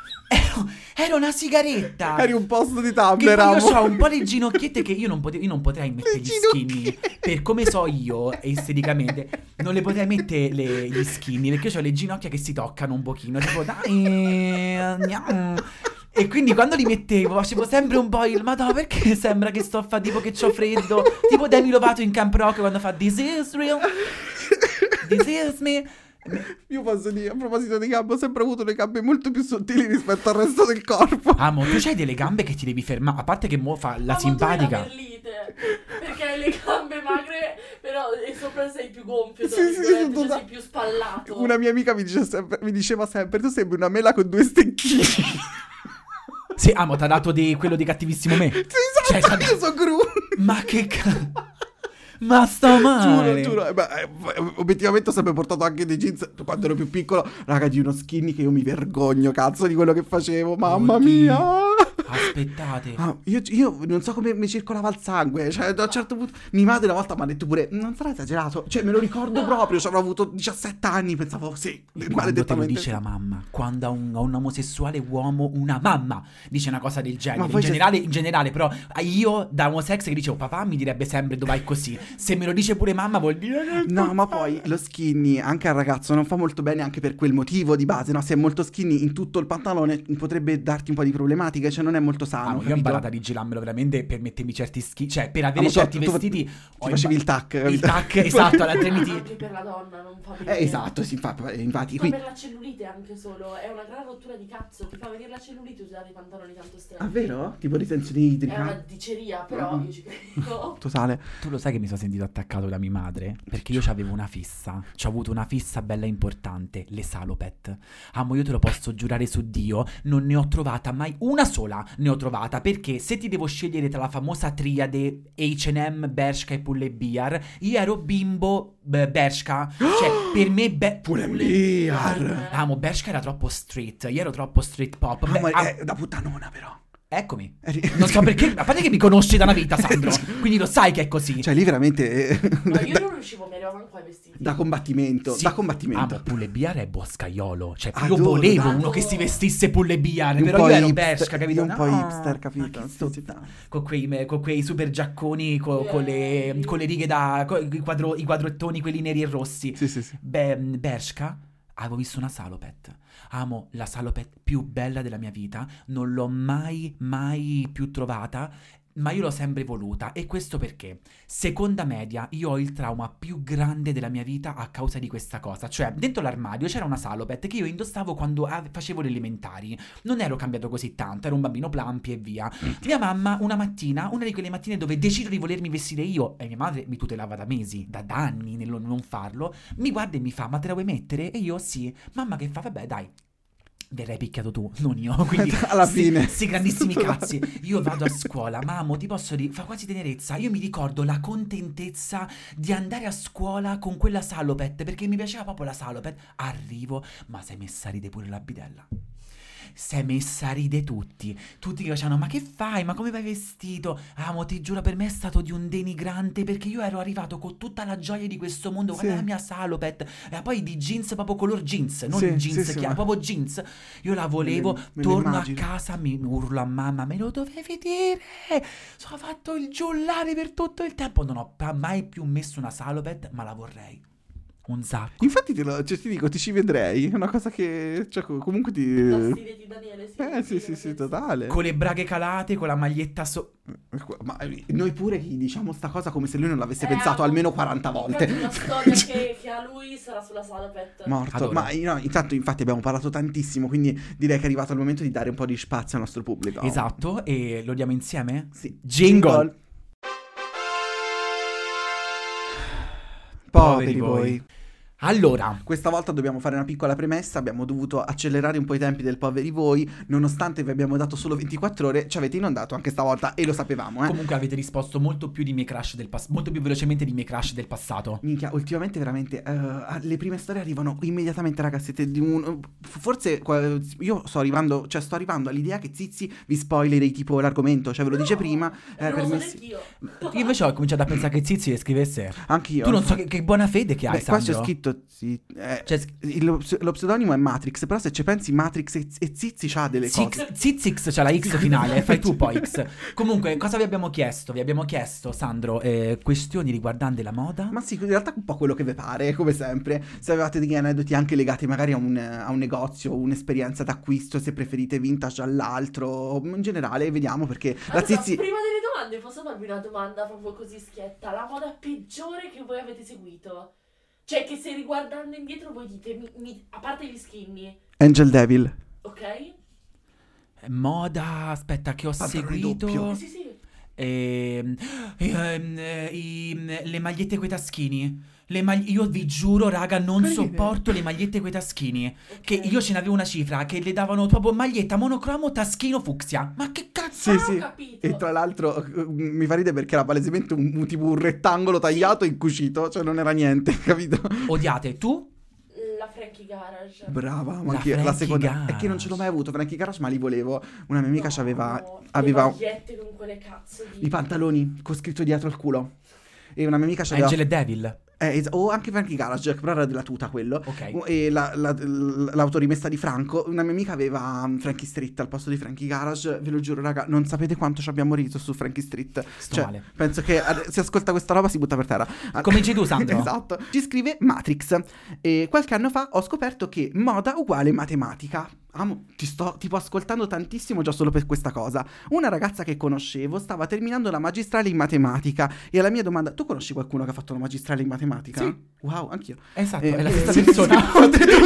[SPEAKER 1] ero una sigaretta.
[SPEAKER 2] Eri un posto di
[SPEAKER 1] Che
[SPEAKER 2] Tumblr,
[SPEAKER 1] poi io
[SPEAKER 2] amo.
[SPEAKER 1] ho un po' le ginocchiette che io non potrei mettere
[SPEAKER 2] Le
[SPEAKER 1] gli skinny. Per come so io esteticamente, non le potrei mettere gli skinny perché io ho le ginocchia che si toccano un pochino. Tipo, dai, andiamo. E quindi quando li mettevo facevo sempre un po' il Madonna, perché sembra che tipo che c'ho freddo. Tipo Demi Lovato in Camp Rock quando fa This is real, this is me.
[SPEAKER 2] Io posso dire, a proposito di gambe, ho sempre avuto le gambe molto più sottili rispetto al resto del corpo.
[SPEAKER 1] Amo, tu c'hai delle gambe che ti devi fermare. A parte che mo fa la
[SPEAKER 3] Ma
[SPEAKER 1] simpatica.
[SPEAKER 3] tu hai la perlite, perché hai le gambe magre, però e sopra sei più gonfio,
[SPEAKER 2] Sì,
[SPEAKER 3] tra
[SPEAKER 2] sì,
[SPEAKER 3] virgolette,
[SPEAKER 2] sì,
[SPEAKER 3] cioè sei più spallato.
[SPEAKER 2] Una mia amica mi diceva sempre, tu sembri una mela con 2 stecchini.
[SPEAKER 1] Sì, amo, t'ha dato quello di cattivissimo me.
[SPEAKER 2] Sì, esatto,
[SPEAKER 1] Cioè,
[SPEAKER 2] io so Gru.
[SPEAKER 1] Ma che ma sto male.
[SPEAKER 2] Giuro. Obiettivamente ho sempre portato anche dei jeans quando ero più piccolo, raga, di uno skinny che io mi vergogno, cazzo, di quello che facevo. Mamma
[SPEAKER 1] Oddio.
[SPEAKER 2] mia.
[SPEAKER 1] Aspettate.
[SPEAKER 2] Io non so come mi circolava il sangue. Cioè, da un certo punto. Mia madre una volta mi ha detto pure: non sarà esagerato. Cioè, me lo ricordo proprio. Cioè, avrò avuto 17 anni. Pensavo, sì,
[SPEAKER 1] Quando te lo
[SPEAKER 2] maledettamente.
[SPEAKER 1] dice la mamma, quando a un omosessuale uomo una mamma dice una cosa del genere,
[SPEAKER 2] Ma poi
[SPEAKER 1] in generale, però io da omosex che dicevo papà mi direbbe sempre dove vai così, se me lo dice pure mamma vuol dire che
[SPEAKER 2] No, ma poi lo skinny anche al ragazzo non fa molto bene anche per quel motivo di base, no? Se è molto skinny in tutto il pantalone potrebbe darti un po' di problematiche, cioè non è molto sano,
[SPEAKER 1] io ho
[SPEAKER 2] capito?
[SPEAKER 1] imparato a rigiramelo veramente per mettermi certi cioè per
[SPEAKER 2] Ah,
[SPEAKER 1] avere
[SPEAKER 2] ma
[SPEAKER 1] certi
[SPEAKER 2] tu
[SPEAKER 1] vestiti
[SPEAKER 2] ti facevi il tac,
[SPEAKER 1] il
[SPEAKER 2] capito?
[SPEAKER 1] tac, esatto, alla tremiti.
[SPEAKER 3] Anche per la donna non fa bene.
[SPEAKER 2] Esatto, si fa, infatti
[SPEAKER 3] Ma
[SPEAKER 2] qui.
[SPEAKER 3] per la cellulite anche solo, è una gran rottura di cazzo, ti fa venire la cellulite usare i pantaloni tanto stretti.
[SPEAKER 2] Ah, vero? Tipo ritenzione
[SPEAKER 3] È una
[SPEAKER 2] idrica?
[SPEAKER 3] diceria, però io ci credo.
[SPEAKER 2] Totale.
[SPEAKER 1] Tu lo sai che mi sono sentito attaccato da mia madre? Perché io c'avevo una fissa. C'ho avuto una fissa bella importante. Le salopet. Amo, io te lo posso giurare su Dio. Non ne ho trovata mai una sola. Ne ho trovata. Perché se ti devo scegliere tra la famosa triade H&M, Bershka e Pull & Bear, io ero bimbo Bershka. Cioè, per me
[SPEAKER 2] Pull & Bear.
[SPEAKER 1] Amo, Bershka era troppo street. Io ero troppo street pop.
[SPEAKER 2] Ah, ma è da puttanona però.
[SPEAKER 1] Eccomi. Non so perché. A parte che mi conosci da una vita, Sandro. Quindi lo sai che è così.
[SPEAKER 2] Cioè lì veramente
[SPEAKER 3] Ma io non riuscivo, mi arrivavo manco ai vestiti.
[SPEAKER 2] da combattimento,
[SPEAKER 1] Sì.
[SPEAKER 2] da combattimento.
[SPEAKER 1] Ah, ma Pull & Bear è boscaiolo. Cioè, io
[SPEAKER 2] Adoro,
[SPEAKER 1] volevo
[SPEAKER 2] adoro.
[SPEAKER 1] uno che si vestisse Pull & Bear,
[SPEAKER 2] Un
[SPEAKER 1] però
[SPEAKER 2] po'
[SPEAKER 1] io ero
[SPEAKER 2] hipster,
[SPEAKER 1] Bershka, capito?
[SPEAKER 2] un po'
[SPEAKER 1] No,
[SPEAKER 2] hipster,
[SPEAKER 1] ma
[SPEAKER 2] capito?
[SPEAKER 1] che
[SPEAKER 2] Sì,
[SPEAKER 1] sto- con quei super giacconi, con le righe i quadrettoni, quelli neri e rossi.
[SPEAKER 2] Sì.
[SPEAKER 1] Bershka, avevo visto una salopet. Amo la salopet più bella della mia vita. Non l'ho mai più trovata. Ma io l'ho sempre voluta. E questo perché? Seconda media, io ho il trauma più grande della mia vita a causa di questa cosa. Cioè, dentro l'armadio c'era una salopet che io indossavo quando facevo le elementari. Non ero cambiato così tanto, ero un bambino plampi e via. Mia mamma una mattina, una di quelle mattine dove decido di volermi vestire io, e mia madre mi tutelava da mesi, da anni nel non farlo, mi guarda e mi fa: ma te la vuoi mettere? E io sì. Mamma che fa? Vabbè, dai. Verrai picchiato tu, non io. Quindi
[SPEAKER 2] Alla fine.
[SPEAKER 1] sì, grandissimi cazzi. Io vado a scuola, mamma, ti posso dire, fa quasi tenerezza. Io mi ricordo la contentezza di andare a scuola con quella salopet, perché mi piaceva proprio la salopet. Arrivo, ma sei messa a ridere pure la bidella. Sei messa a ridere tutti che facevano: ma che fai? Ma come vai vestito? Amo, ti giuro, per me è stato di un denigrante, perché io ero arrivato con tutta la gioia di questo mondo. Guarda
[SPEAKER 2] Sì.
[SPEAKER 1] la mia salopet, e poi di jeans, proprio color jeans, non
[SPEAKER 2] Sì,
[SPEAKER 1] il jeans
[SPEAKER 2] sì,
[SPEAKER 1] chiaro,
[SPEAKER 2] ma-
[SPEAKER 1] proprio jeans. Io la volevo,
[SPEAKER 2] Me le
[SPEAKER 1] torno a
[SPEAKER 2] immagino.
[SPEAKER 1] casa, mi urlo a mamma: me lo dovevi dire, sono fatto il giullare per tutto il tempo. Non ho mai più messo una salopet, ma la vorrei. Un sacco.
[SPEAKER 2] Infatti ti dico, ti ci vedrei. È una cosa che, cioè, comunque ti...
[SPEAKER 3] La stile di Daniele,
[SPEAKER 2] Sì, totale.
[SPEAKER 1] Con le braghe calate, con la maglietta
[SPEAKER 2] Ma noi pure gli diciamo sta cosa come se lui non l'avesse pensato almeno 40 volte.
[SPEAKER 3] Una storia che ha lui sarà sulla Salopet.
[SPEAKER 2] Morto.
[SPEAKER 1] Adoro.
[SPEAKER 2] Ma no, intanto infatti abbiamo parlato tantissimo, quindi direi che è arrivato il momento di dare un po' di spazio al nostro pubblico.
[SPEAKER 1] Esatto, e lo diamo insieme?
[SPEAKER 2] Sì.
[SPEAKER 1] Jingle.
[SPEAKER 2] Poveri voi.
[SPEAKER 1] Allora,
[SPEAKER 2] Questa volta dobbiamo fare una piccola premessa, abbiamo dovuto accelerare un po' i tempi del Poveri Voi, nonostante vi abbiamo dato solo 24 ore, ci avete inondato anche stavolta e lo sapevamo,
[SPEAKER 1] comunque avete risposto molto più di miei crush del passato, molto più velocemente di miei crush del passato.
[SPEAKER 2] Minchia, ultimamente veramente le prime storie arrivano immediatamente, ragazzi. Forse io sto arrivando all'idea che Zizi vi spoileri tipo l'argomento, cioè ve lo dice prima.
[SPEAKER 3] Non lo so
[SPEAKER 2] permessi-
[SPEAKER 3] neanch'io.
[SPEAKER 1] Io invece ho cominciato a pensare che Zizi le scrivesse.
[SPEAKER 2] Anch'io.
[SPEAKER 1] Tu non so che buona fede che hai,
[SPEAKER 2] Beh, qua
[SPEAKER 1] Sandro.
[SPEAKER 2] c'è scritto
[SPEAKER 1] Cioè,
[SPEAKER 2] lo pseudonimo è Matrix, però se ci pensi Matrix e Zizi c'ha delle cose.
[SPEAKER 1] Zizix c'ha la X finale, fai tu poi X. Comunque, cosa vi abbiamo chiesto? Vi abbiamo chiesto, Sandro, questioni riguardanti la moda.
[SPEAKER 2] Ma sì, in realtà un po' quello che vi pare, come sempre. Se avevate degli aneddoti anche legati magari a un negozio, un'esperienza d'acquisto, se preferite vintage all'altro, in generale, vediamo perché la
[SPEAKER 3] Allora,
[SPEAKER 2] Zizi...
[SPEAKER 3] prima delle domande, posso farvi una domanda proprio così schietta? La moda peggiore che voi avete seguito? Cioè, che se riguardando indietro voi dite, a parte gli skinny,
[SPEAKER 2] Angel Devil.
[SPEAKER 3] ok?
[SPEAKER 1] Moda, aspetta, che ho
[SPEAKER 2] Pantalone
[SPEAKER 1] seguito.
[SPEAKER 2] doppio.
[SPEAKER 3] Sì, sì.
[SPEAKER 1] Le magliette coi taschini. Io vi giuro, raga, non
[SPEAKER 2] Quelle
[SPEAKER 1] sopporto le magliette coi taschini.
[SPEAKER 3] Ok.
[SPEAKER 1] Che io ce n'avevo una cifra che le davano proprio maglietta monocromo, taschino fucsia. Ma che cazzo?
[SPEAKER 2] Sì,
[SPEAKER 3] ho
[SPEAKER 2] sì.
[SPEAKER 3] capito.
[SPEAKER 2] E tra l'altro mi fa ridere perché era palesemente tipo un rettangolo tagliato e incucito, cioè non era niente, capito?
[SPEAKER 1] Odiate tu?
[SPEAKER 3] La Frankie Garage.
[SPEAKER 2] Brava, ma
[SPEAKER 1] La
[SPEAKER 2] anche la
[SPEAKER 1] Frankie
[SPEAKER 2] seconda
[SPEAKER 1] Garage.
[SPEAKER 2] è che non ce l'ho mai avuto Frankie Garage, ma li volevo. Una mia amica
[SPEAKER 3] No,
[SPEAKER 2] c'aveva
[SPEAKER 3] no,
[SPEAKER 2] aveva
[SPEAKER 3] le magliette con quelle cazzo di...
[SPEAKER 2] i pantaloni con scritto dietro al culo. E una mia amica c'aveva
[SPEAKER 1] Angel e Devil.
[SPEAKER 2] o anche Frankie Garage, però era della tuta quello.
[SPEAKER 1] Ok.
[SPEAKER 2] E l'autorimessa di Franco. Una mia amica aveva Frankie Street al posto di Frankie Garage. Ve lo giuro, raga, non sapete quanto ci abbiamo rito su Frankie Street.
[SPEAKER 1] Sto
[SPEAKER 2] Cioè,
[SPEAKER 1] male.
[SPEAKER 2] penso che se ascolta questa roba si butta per terra.
[SPEAKER 1] Come dici tu, Sandro?
[SPEAKER 2] Esatto. Ci scrive Matrix. E qualche anno fa ho scoperto che moda uguale matematica. Amo, ti sto tipo ascoltando tantissimo già solo per questa cosa. Una ragazza che conoscevo stava terminando la magistrale in matematica e alla mia domanda: tu conosci qualcuno che ha fatto la magistrale in matematica?
[SPEAKER 1] Sì.
[SPEAKER 2] Wow, anch'io.
[SPEAKER 1] Esatto,
[SPEAKER 2] Eh,
[SPEAKER 1] è la
[SPEAKER 2] eh,
[SPEAKER 1] stessa
[SPEAKER 2] sì,
[SPEAKER 1] persona.
[SPEAKER 2] sì, oltretutto.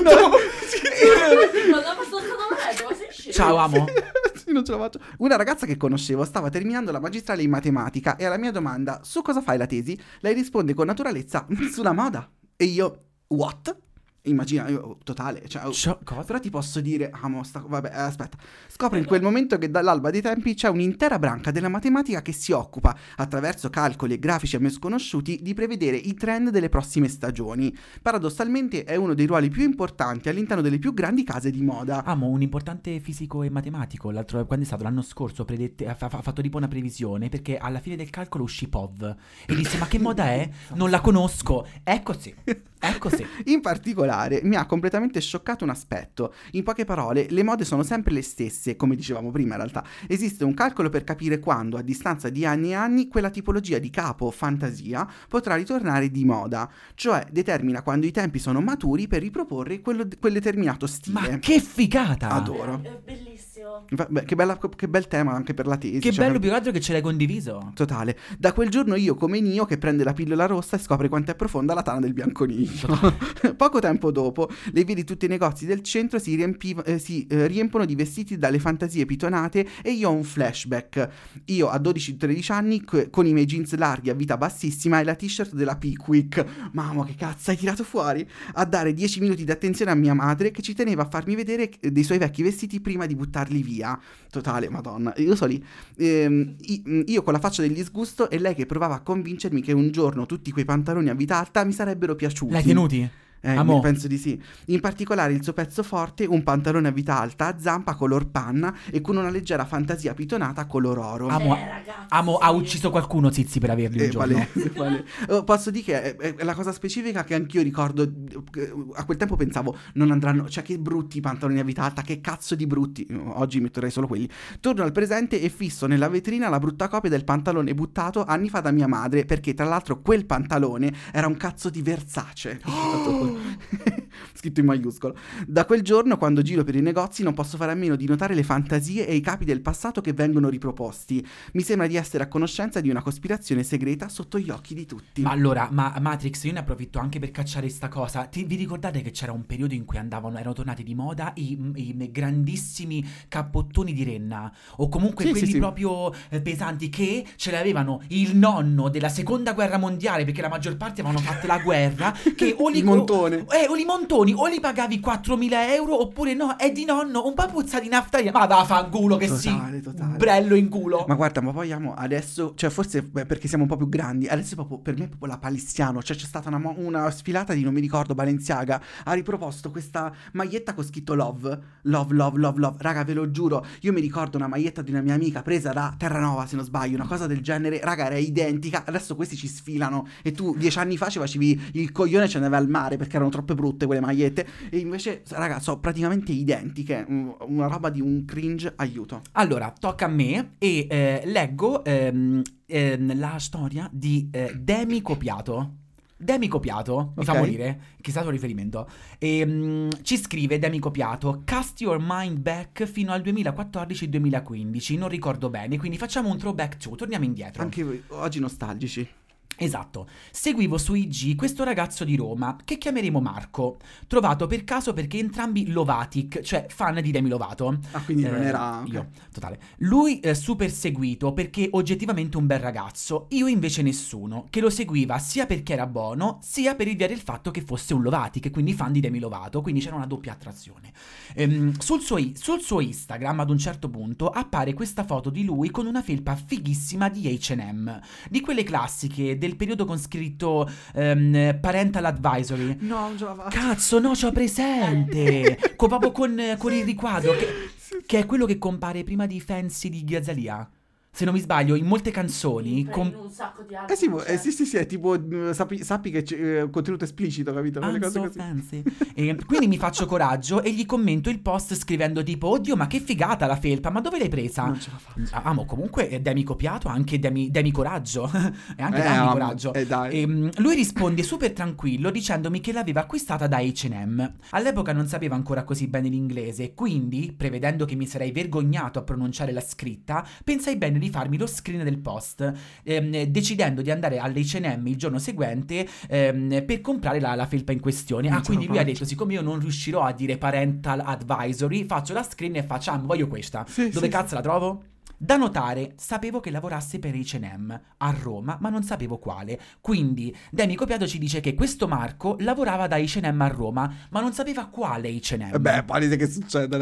[SPEAKER 3] Ma non abbastanza domande, ma sei scemo?
[SPEAKER 1] Ciao, amo.
[SPEAKER 2] Sì, non ce la faccio. Una ragazza che conoscevo stava terminando la magistrale in matematica e alla mia domanda: su cosa fai la tesi? Lei risponde con naturalezza: sulla moda. E io: what? Immagina, io totale, cioè,
[SPEAKER 1] Cosa?
[SPEAKER 2] però ti posso dire, vabbè, aspetta. Scopro in quel momento che dall'alba dei tempi c'è un'intera branca della matematica che si occupa, attraverso calcoli e grafici a me sconosciuti, di prevedere i trend delle prossime stagioni. Paradossalmente è uno dei ruoli più importanti all'interno delle più grandi case di moda.
[SPEAKER 1] Amo un importante fisico e matematico. Quando è stato l'anno scorso, ha fatto tipo una previsione perché alla fine del calcolo uscì POV e disse: ma che moda è? Non la conosco. È così.
[SPEAKER 2] In particolare mi ha completamente scioccato un aspetto. In poche parole, le mode sono sempre le stesse, come dicevamo prima in realtà. Esiste un calcolo per capire quando, a distanza di anni e anni, quella tipologia di capo o fantasia potrà ritornare di moda. Cioè, determina quando i tempi sono maturi per riproporre quel determinato stile.
[SPEAKER 1] Ma che figata!
[SPEAKER 2] Adoro.
[SPEAKER 3] È bellissimo.
[SPEAKER 2] Beh, che bel tema anche per la tesi.
[SPEAKER 1] Che
[SPEAKER 2] cioè,
[SPEAKER 1] bello più che altro che ce l'hai condiviso.
[SPEAKER 2] Totale. Da quel giorno io come Nio che prende la pillola rossa e scopre quanto è profonda la tana del bianconiglio. Poco tempo dopo le vie di tutti i negozi del centro si riempono di vestiti dalle fantasie pitonate e io ho un flashback. Io a 12-13 anni con i miei jeans larghi a vita bassissima e la t-shirt della Pickwick. Mamma, che cazzo hai tirato fuori? A dare 10 minuti di attenzione a mia madre che ci teneva a farmi vedere dei suoi vecchi vestiti prima di buttarli via. Totale, madonna. Io so lì. Io con la faccia del disgusto e lei che provava a convincermi che un giorno tutti quei pantaloni a vita alta mi sarebbero piaciuti.
[SPEAKER 1] L'hai tenuti? Amo.
[SPEAKER 2] Penso di sì. In particolare il suo pezzo forte, un pantalone a vita alta a zampa color panna e con una leggera fantasia pitonata color oro.
[SPEAKER 3] Ragazzi.
[SPEAKER 1] Ha ucciso qualcuno Zizi per averli un giorno.
[SPEAKER 2] Vale. Posso dire che è la cosa specifica che anch'io ricordo. A quel tempo pensavo, non andranno, cioè che brutti i pantaloni a vita alta, che cazzo di brutti. Oggi metterei solo quelli. Torno al presente e fisso nella vetrina la brutta copia del pantalone buttato anni fa da mia madre, perché tra l'altro quel pantalone era un cazzo di Versace. Scritto in maiuscolo. Da quel giorno, quando giro per i negozi, non posso fare a meno di notare le fantasie e i capi del passato che vengono riproposti. Mi sembra di essere a conoscenza di una cospirazione segreta sotto gli occhi di tutti.
[SPEAKER 1] Ma allora, Matrix, io ne approfitto anche per cacciare sta cosa. Vi ricordate che c'era un periodo in cui erano tornati di moda i grandissimi cappottoni di renna? O comunque quelli proprio pesanti, che ce l'avevano il nonno della seconda guerra mondiale, perché la maggior parte avevano fatto la guerra, che o li
[SPEAKER 2] montone.
[SPEAKER 1] O li montoni, o li pagavi 4.000 euro, oppure no, è di nonno, un po' puzza di naftalina. Ma vaffanculo che
[SPEAKER 2] totale.
[SPEAKER 1] brello in culo.
[SPEAKER 2] Ma guarda, ma poi adesso, cioè forse perché siamo un po' più grandi, adesso è proprio, per me è proprio la palissiano. Cioè c'è stata una sfilata di, non mi ricordo, Balenciaga ha riproposto questa maglietta con scritto love. Raga, ve lo giuro, io mi ricordo una maglietta di una mia amica presa da Terranova, se non sbaglio, una cosa del genere. Raga, era identica. Adesso questi ci sfilano e tu 10 anni fa ci facevi il coglione e ce ne andavi al mare perché erano troppe brutte quelle magliette, e invece, raga, sono praticamente identiche. Una roba di un cringe, aiuto.
[SPEAKER 1] Allora, tocca a me e leggo la storia di Demi Copiato. Demi Copiato, mi fa morire, che è stato un riferimento. Ci scrive Demi Copiato: Cast your mind back fino al 2014-2015, non ricordo bene, quindi facciamo un throwback to, torniamo indietro.
[SPEAKER 2] Anche oggi nostalgici.
[SPEAKER 1] Esatto. Seguivo su IG questo ragazzo di Roma, che chiameremo Marco, trovato per caso perché entrambi Lovatic, cioè fan di Demi Lovato.
[SPEAKER 2] Ah, quindi non era...
[SPEAKER 1] Io, totale. Lui super seguito perché oggettivamente un bel ragazzo, io invece nessuno, che lo seguiva sia perché era buono, sia per il fatto che fosse un Lovatic, quindi fan di Demi Lovato, quindi c'era una doppia attrazione. Sul suo Instagram, ad un certo punto, appare questa foto di lui con una felpa fighissima di H&M, di quelle classiche del periodo con scritto Parental Advisory.
[SPEAKER 2] No, non ce la faccio.
[SPEAKER 1] Cazzo, no, c'ho presente. Proprio con il riquadro che è quello che compare prima di Fancy di Gazzalia. Se non mi sbaglio, in molte canzoni
[SPEAKER 3] in un sacco di altri.
[SPEAKER 2] Sì, è tipo sappi che c'è contenuto esplicito, capito? Quelle cose così.
[SPEAKER 1] Fancy. E quindi mi faccio coraggio e gli commento il post scrivendo tipo: oddio, ma che figata la felpa, ma dove l'hai presa?
[SPEAKER 2] Non ce la faccio.
[SPEAKER 1] Amo, comunque è Demi Copiato, anche Demi Coraggio. È anche Demi Coraggio.
[SPEAKER 2] Dai.
[SPEAKER 1] Lui risponde super tranquillo dicendomi che l'aveva acquistata da H&M. All'epoca non sapeva ancora così bene l'inglese, quindi, prevedendo che mi sarei vergognato a pronunciare la scritta, pensai bene di farmi lo screen del post, decidendo di andare all'H&M il giorno seguente per comprare la felpa in questione. Quindi lui ha detto: siccome io non riuscirò a dire Parental Advisory, faccio la screen e facciamo, voglio questa. Dove cazzo la trovo? Da notare, sapevo che lavorasse per H&M a Roma, ma non sapevo quale. Quindi Demi Copiato ci dice che questo Marco lavorava da H&M a Roma, ma non sapeva quale H&M.
[SPEAKER 2] Beh, palese che succede.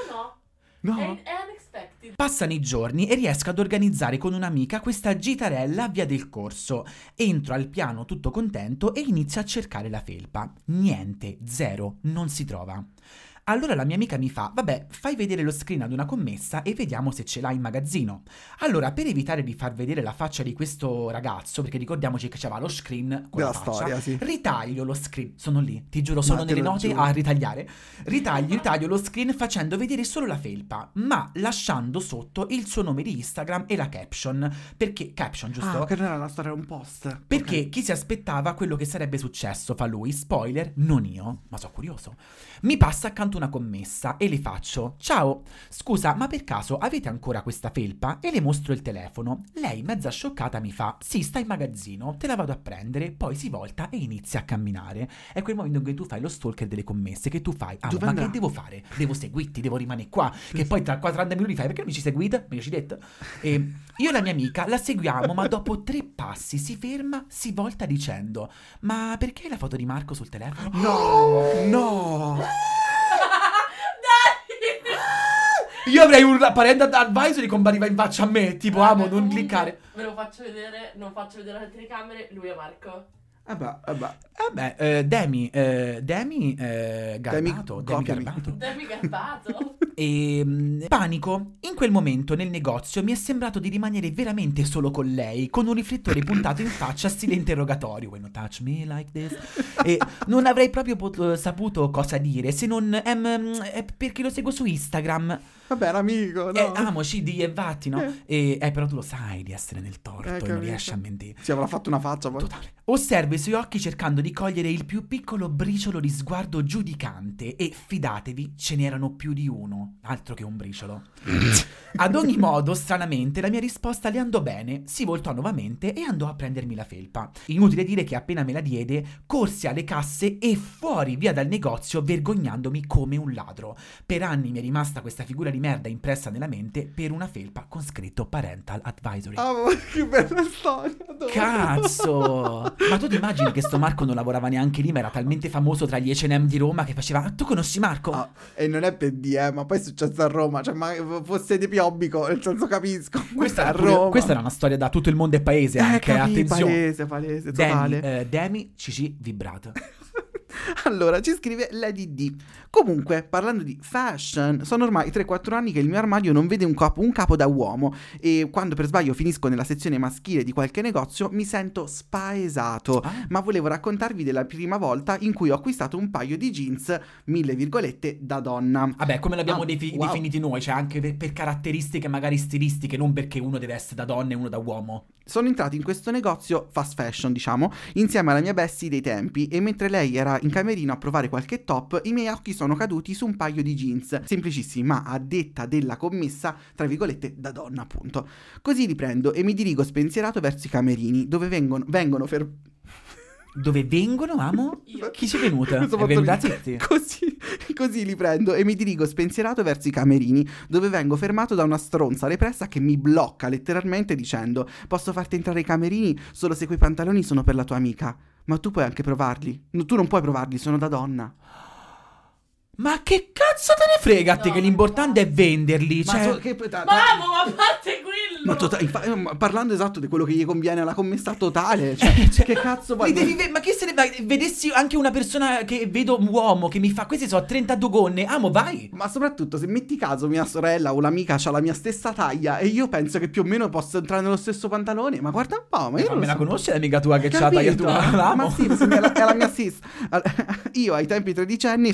[SPEAKER 3] No. È unexpected.
[SPEAKER 1] Passano i giorni e riesco ad organizzare con un'amica questa gitarella a Via del Corso. Entro al piano tutto contento e inizio a cercare la felpa. Niente, zero, non si trova. Allora la mia amica mi fa: vabbè, fai vedere lo screen ad una commessa e vediamo se ce l'ha in magazzino. Allora, per evitare di far vedere la faccia di questo ragazzo, perché ricordiamoci che c'aveva lo screen con la faccia,
[SPEAKER 2] storia, sì.
[SPEAKER 1] Ritaglio lo screen, sono lì, ti giuro, sono nelle note a ritagliare. Ritaglio lo screen facendo vedere solo la felpa, ma lasciando sotto il suo nome di Instagram e la caption. Perché, caption, giusto?
[SPEAKER 2] Che non era una storia, era un post.
[SPEAKER 1] Perché chi si aspettava quello che sarebbe successo, fa lui, spoiler, non io, ma sono curioso. Mi passa accanto una commessa e le faccio: ciao, scusa, ma per caso avete ancora questa felpa? E le mostro il telefono. Lei, mezza scioccata, mi fa: sì, sta in magazzino, te la vado a prendere. Poi si volta e inizia a camminare. È quel momento in cui tu fai lo stalker delle commesse, che tu fai: ma che devo fare? Devo seguirti, devo rimanere qua. Che poi tra 40 minuti fai: perché non mi ci seguite? Me lo ci detto? E io e la mia amica la seguiamo, ma dopo 3 passi si ferma, si volta dicendo: ma perché hai la foto di Marco sul telefono?
[SPEAKER 2] No.
[SPEAKER 1] Io avrei un parental advisory compariva in faccia a me, tipo amo, non cliccare.
[SPEAKER 3] Ve lo faccio vedere, non faccio vedere alle telecamere, lui è Marco.
[SPEAKER 1] Demi Garbato.
[SPEAKER 3] Demi Garbato.
[SPEAKER 1] E panico. In quel momento nel negozio mi è sembrato di rimanere veramente solo con lei, con un riflettore puntato in faccia stile interrogatorio. When you touch me like this. E non avrei proprio saputo cosa dire, se non perché lo seguo su Instagram.
[SPEAKER 2] Vabbè, era amico, no?
[SPEAKER 1] Amo CD e vatti, no? Però tu lo sai di essere nel torto e non riesci a mentire.
[SPEAKER 2] Sì, avrà fatto una faccia poi.
[SPEAKER 1] Totale. Osservo i suoi occhi cercando di cogliere il più piccolo briciolo di sguardo giudicante e fidatevi, ce n'erano più di uno, altro che un briciolo. Ad ogni modo, stranamente, la mia risposta le andò bene, si voltò nuovamente e andò a prendermi la felpa. Inutile dire che appena me la diede, corsi alle casse e fuori via dal negozio vergognandomi come un ladro. Per anni mi è rimasta questa figura di merda impressa nella mente per una felpa con scritto Parental Advisory.
[SPEAKER 2] Oh, che bella storia!
[SPEAKER 1] Cazzo! Ma tu ti immagini che sto Marco non lavorava neanche lì, ma era talmente famoso tra gli H&M di Roma che faceva tu conosci Marco?
[SPEAKER 2] E non è per dire, ma poi è successo a Roma, cioè ma fosse di Piobbico, nel senso capisco.
[SPEAKER 1] Questa era una storia da tutto il mondo e paese anche, attenzione.
[SPEAKER 2] Palese, totale.
[SPEAKER 1] Demi CC vibrata.
[SPEAKER 2] Allora, ci scrive Lady D. Comunque, parlando di fashion, sono ormai 3-4 anni che il mio armadio non vede un capo da uomo e quando per sbaglio finisco nella sezione maschile di qualche negozio mi sento spaesato. Ma volevo raccontarvi della prima volta in cui ho acquistato un paio di jeans, 1000 virgolette, da donna.
[SPEAKER 1] Vabbè, come l'abbiamo definiti noi, cioè anche per caratteristiche magari stilistiche, non perché uno deve essere da donna e uno da uomo.
[SPEAKER 2] Sono entrato in questo negozio fast fashion, diciamo, insieme alla mia bestie dei tempi e mentre lei era in camerino a provare qualche top, i miei occhi sono caduti su un paio di jeans, semplicissimi, ma a detta della commessa, tra virgolette, da donna appunto. Così li prendo e mi dirigo spensierato verso i camerini, dove vengono
[SPEAKER 1] Dove vengono, amo?
[SPEAKER 3] Io.
[SPEAKER 1] Chi ci è venuta? È venuta Zizi?
[SPEAKER 2] Così li prendo e mi dirigo spensierato verso i camerini, dove vengo fermato da una stronza repressa che mi blocca letteralmente dicendo: posso farti entrare ai camerini solo se quei pantaloni sono per la tua amica, ma tu puoi anche provarli. No, tu non puoi provarli, sono da donna.
[SPEAKER 1] Ma che cazzo te ne frega a te,
[SPEAKER 3] No,
[SPEAKER 1] che l'importante è venderli,
[SPEAKER 2] Ma
[SPEAKER 1] cioè...
[SPEAKER 3] Mamma, ma a parte quello!
[SPEAKER 2] ma parlando esatto di quello che gli conviene alla commessa totale, cioè, che cazzo vuoi?
[SPEAKER 1] Ma che se ne va? Vedessi anche una persona che vedo un uomo che mi fa queste sono 32 gonne, amo, vai!
[SPEAKER 2] Ma soprattutto se metti caso mia sorella o l'amica ha la mia stessa taglia e io penso che più o meno posso entrare nello stesso pantalone, ma guarda un po', ma io non
[SPEAKER 1] me
[SPEAKER 2] lo
[SPEAKER 1] la
[SPEAKER 2] so.
[SPEAKER 1] conosci l'amica tua che c'ha la taglia
[SPEAKER 2] Capito?
[SPEAKER 1] tua? Amo.
[SPEAKER 2] Ma sì, è la mia sis. Io ai tempi tredicenni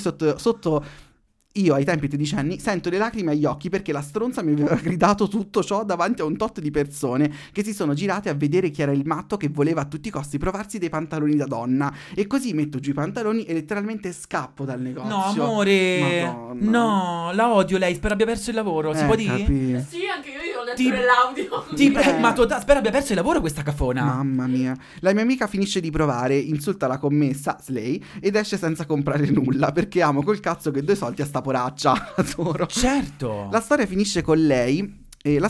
[SPEAKER 2] Io ai tempi tredicenni sento le lacrime agli occhi perché la stronza mi aveva gridato tutto ciò davanti a un tot di persone che si sono girate a vedere chi era il matto che voleva a tutti i costi provarsi dei pantaloni da donna. E così metto giù i pantaloni e letteralmente scappo dal negozio.
[SPEAKER 1] No, amore.
[SPEAKER 2] Madonna.
[SPEAKER 1] No, la odio lei, spero abbia perso il lavoro. Si può dire?
[SPEAKER 3] Sì, anche io ho letto nell'audio.
[SPEAKER 1] Ma spero abbia perso il lavoro questa cafona.
[SPEAKER 2] Mamma mia. La mia amica finisce di provare, insulta la commessa, Slay, ed esce senza comprare nulla perché amo col cazzo che 2 soldi a sta poraccia. Adoro.
[SPEAKER 1] Certo.
[SPEAKER 2] La storia finisce con lei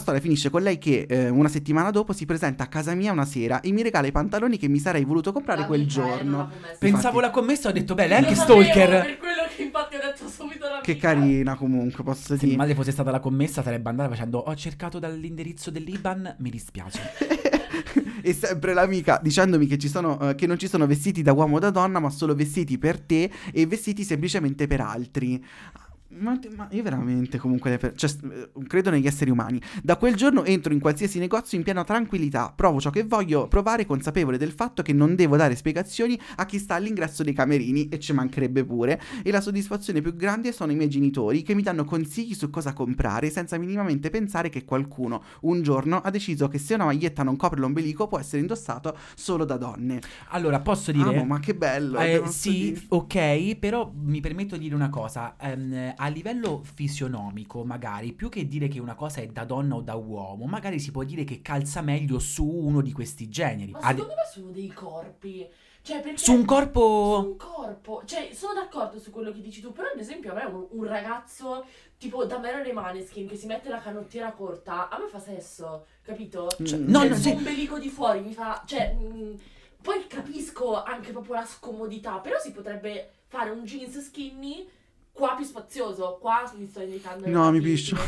[SPEAKER 2] che una settimana dopo si presenta a casa mia una sera e mi regala i pantaloni che mi sarei voluto comprare quel giorno.
[SPEAKER 1] Pensavo la commessa, ho detto beh, lei è anche
[SPEAKER 3] Lo sapevo,
[SPEAKER 1] stalker.
[SPEAKER 3] Per quello che infatti ho detto subito l'amica.
[SPEAKER 2] Che carina comunque, posso
[SPEAKER 1] Se
[SPEAKER 2] dire.
[SPEAKER 1] mia madre fosse stata la commessa sarebbe andata facendo ho cercato dall'indirizzo dell'IBAN, mi dispiace.
[SPEAKER 2] E sempre l'amica dicendomi che che non ci sono vestiti da uomo o da donna, ma solo vestiti per te e vestiti semplicemente per altri. Ma io veramente comunque credo negli esseri umani. Da quel giorno entro in qualsiasi negozio in piena tranquillità, provo ciò che voglio provare consapevole del fatto che non devo dare spiegazioni a chi sta all'ingresso dei camerini, e ci mancherebbe pure, e la soddisfazione più grande sono i miei genitori che mi danno consigli su cosa comprare senza minimamente pensare che qualcuno un giorno ha deciso che se una maglietta non copre l'ombelico può essere indossato solo da donne.
[SPEAKER 1] Allora, posso dire...
[SPEAKER 2] ma che bello.
[SPEAKER 1] Sì, ok, però mi permetto di dire una cosa. A livello fisionomico, magari, più che dire che una cosa è da donna o da uomo, magari si può dire che calza meglio su uno di questi generi.
[SPEAKER 3] Ma secondo me sono dei corpi. Cioè, perché
[SPEAKER 1] su un corpo...
[SPEAKER 3] Su un corpo. Cioè, sono d'accordo su quello che dici tu, però ad esempio a me un ragazzo tipo da me nei Maneskin che si mette la canottiera corta, a me fa sesso, capito?
[SPEAKER 1] Cioè,
[SPEAKER 3] il suo ombelico di fuori mi fa... Cioè, poi capisco anche proprio la scomodità, però si potrebbe fare un jeans skinny qua più spazioso, qua mi sto indicando.
[SPEAKER 2] No, mi piscio.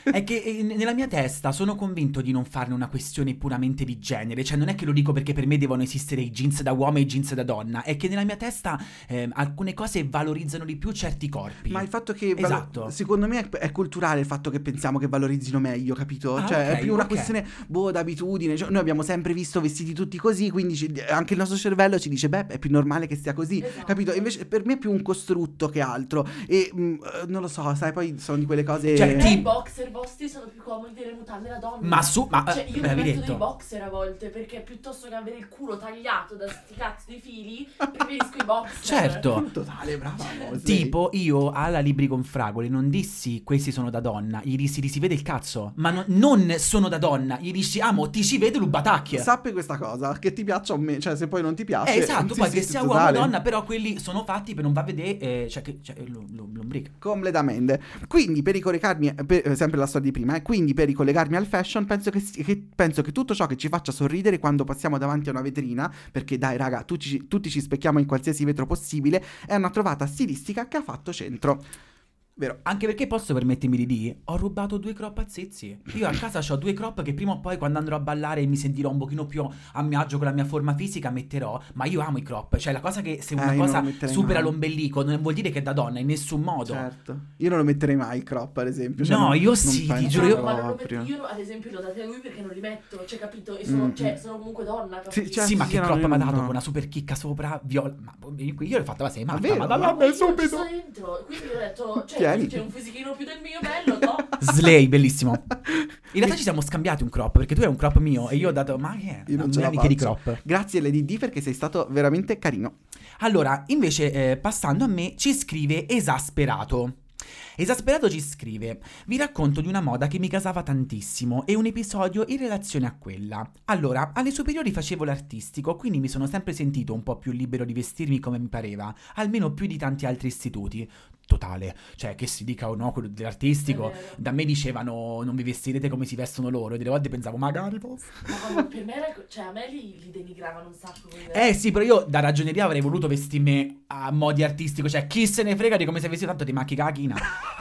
[SPEAKER 1] È che nella mia testa sono convinto di non farne una questione puramente di genere, cioè non è che lo dico perché per me devono esistere i jeans da uomo e i jeans da donna, è che nella mia testa alcune cose valorizzano di più certi corpi.
[SPEAKER 2] Ma il fatto che
[SPEAKER 1] Esatto.
[SPEAKER 2] secondo me è culturale il fatto che pensiamo che valorizzino meglio, capito?
[SPEAKER 1] Ah,
[SPEAKER 2] cioè
[SPEAKER 1] ok,
[SPEAKER 2] è più una
[SPEAKER 1] ok.
[SPEAKER 2] questione d'abitudine, cioè, noi abbiamo sempre visto vestiti tutti così, quindi anche il nostro cervello ci dice beh, è più normale che sia così,
[SPEAKER 3] Esatto.
[SPEAKER 2] capito? Invece per me è più un costrutto che altro e non lo so, sai, poi sono di quelle cose
[SPEAKER 1] Cioè,
[SPEAKER 3] I boxer vostri sono più comodi delle mutande da donna.
[SPEAKER 1] Ma
[SPEAKER 3] Cioè, io
[SPEAKER 1] me
[SPEAKER 3] mi
[SPEAKER 1] l'avevi
[SPEAKER 3] metto
[SPEAKER 1] detto.
[SPEAKER 3] dei boxer a volte perché piuttosto che avere il culo tagliato da sti cazzo di fili, preferisco i boxer.
[SPEAKER 1] Certo.
[SPEAKER 2] totale, brava.
[SPEAKER 1] Tipo, io alla Libri con Fragole non dissi questi sono da donna, gli dissi ti si vede il cazzo, ma non sono da donna, gli dissi amo ti si vede l'ubatacchia.
[SPEAKER 2] Sappi questa cosa, che ti piaccia o meno, cioè se poi non ti piace.
[SPEAKER 1] Esatto,
[SPEAKER 2] sì,
[SPEAKER 1] poi
[SPEAKER 2] sì,
[SPEAKER 1] che
[SPEAKER 2] sì,
[SPEAKER 1] sia uomo o
[SPEAKER 2] totale.
[SPEAKER 1] donna, però quelli sono fatti per non va a vedere, l'ombrica.
[SPEAKER 2] Completamente. Quindi per ricollegarmi, sempre la storia di prima, quindi per ricollegarmi al fashion, penso che tutto ciò che ci faccia sorridere quando passiamo davanti a una vetrina, perché dai raga, tutti ci specchiamo in qualsiasi vetro possibile, è una trovata stilistica che ha fatto centro. Vero.
[SPEAKER 1] Anche perché posso permettermi di dire, ho rubato 2 crop a Zizi. Io a casa ho 2 crop che prima o poi quando andrò a ballare e mi sentirò un pochino più a mio agio con la mia forma fisica metterò, ma io amo i crop, cioè la cosa che se una
[SPEAKER 2] io non
[SPEAKER 1] cosa
[SPEAKER 2] lo metterei
[SPEAKER 1] supera
[SPEAKER 2] mai.
[SPEAKER 1] l'ombelico non vuol dire che è da donna in nessun modo.
[SPEAKER 2] Certo. Io non lo metterei mai il crop, ad esempio. Cioè,
[SPEAKER 1] No,
[SPEAKER 2] non-
[SPEAKER 1] io
[SPEAKER 2] non
[SPEAKER 1] sì, ti
[SPEAKER 2] penso
[SPEAKER 1] giuro, io-
[SPEAKER 3] Ma non lo
[SPEAKER 2] proprio.
[SPEAKER 3] metto, io ad esempio lo date a lui perché non li metto, cioè capito? E sono, cioè, sono comunque donna, capito?
[SPEAKER 2] Sì, cioè,
[SPEAKER 1] sì, ma che
[SPEAKER 2] no,
[SPEAKER 1] crop
[SPEAKER 2] io
[SPEAKER 1] mi ha dato
[SPEAKER 2] no.
[SPEAKER 1] con una super chicca sopra viola. Ma io l'ho fatta, ma sei matta,
[SPEAKER 2] vero?
[SPEAKER 1] ma
[SPEAKER 3] Ma
[SPEAKER 2] Vabbè,
[SPEAKER 3] io
[SPEAKER 2] subito.
[SPEAKER 3] ci sto dentro, quindi ho detto, cioè,
[SPEAKER 2] Tieni.
[SPEAKER 3] c'è un fisichino più del mio bello, no?
[SPEAKER 1] Slay, bellissimo. In realtà ci siamo scambiati un crop, perché tu hai un crop mio e io ho dato, ma che è?
[SPEAKER 2] Io non
[SPEAKER 1] A
[SPEAKER 2] ce
[SPEAKER 1] me
[SPEAKER 2] la
[SPEAKER 1] mi chiedi
[SPEAKER 2] faccio.
[SPEAKER 1] crop.
[SPEAKER 2] Grazie LDD perché sei stato veramente carino.
[SPEAKER 1] Allora, invece, passando a me, ci scrive Esasperato. Esasperato ci scrive: vi racconto di una moda che mi gasava tantissimo e un episodio in relazione a quella. Allora, alle superiori facevo l'artistico, quindi mi sono sempre sentito un po' più libero di vestirmi come mi pareva, almeno più di tanti altri istituti. Totale, cioè che si dica o no quello dell'artistico,
[SPEAKER 3] È vero.
[SPEAKER 1] da me dicevano non vi vestirete come si vestono loro e delle volte pensavo magari posso.
[SPEAKER 3] Ma per me era, cioè a me li denigravano un sacco. quindi-
[SPEAKER 1] Sì, però io da ragioneria avrei voluto vestirmi a modi artistico, cioè chi se ne frega di come sei vestito, tanto ti macchi con la china.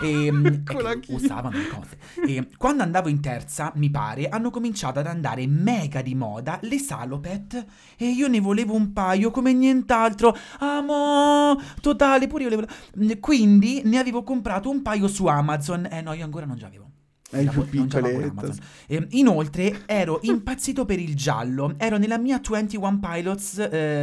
[SPEAKER 2] Con la china.
[SPEAKER 1] Usavano le cose. E quando andavo in terza, mi pare, hanno cominciato ad andare mega di moda le salopet e io ne volevo un paio come nient'altro. Amo, totale, pure io le volevo. Quindi ne avevo comprato un paio su Amazon. No, io ancora non ce l'avevo.
[SPEAKER 2] È il più
[SPEAKER 1] Non ce l'avevo con
[SPEAKER 2] piccoletto.
[SPEAKER 1] Amazon. Inoltre ero impazzito per il giallo. Ero nella mia 21 Pilots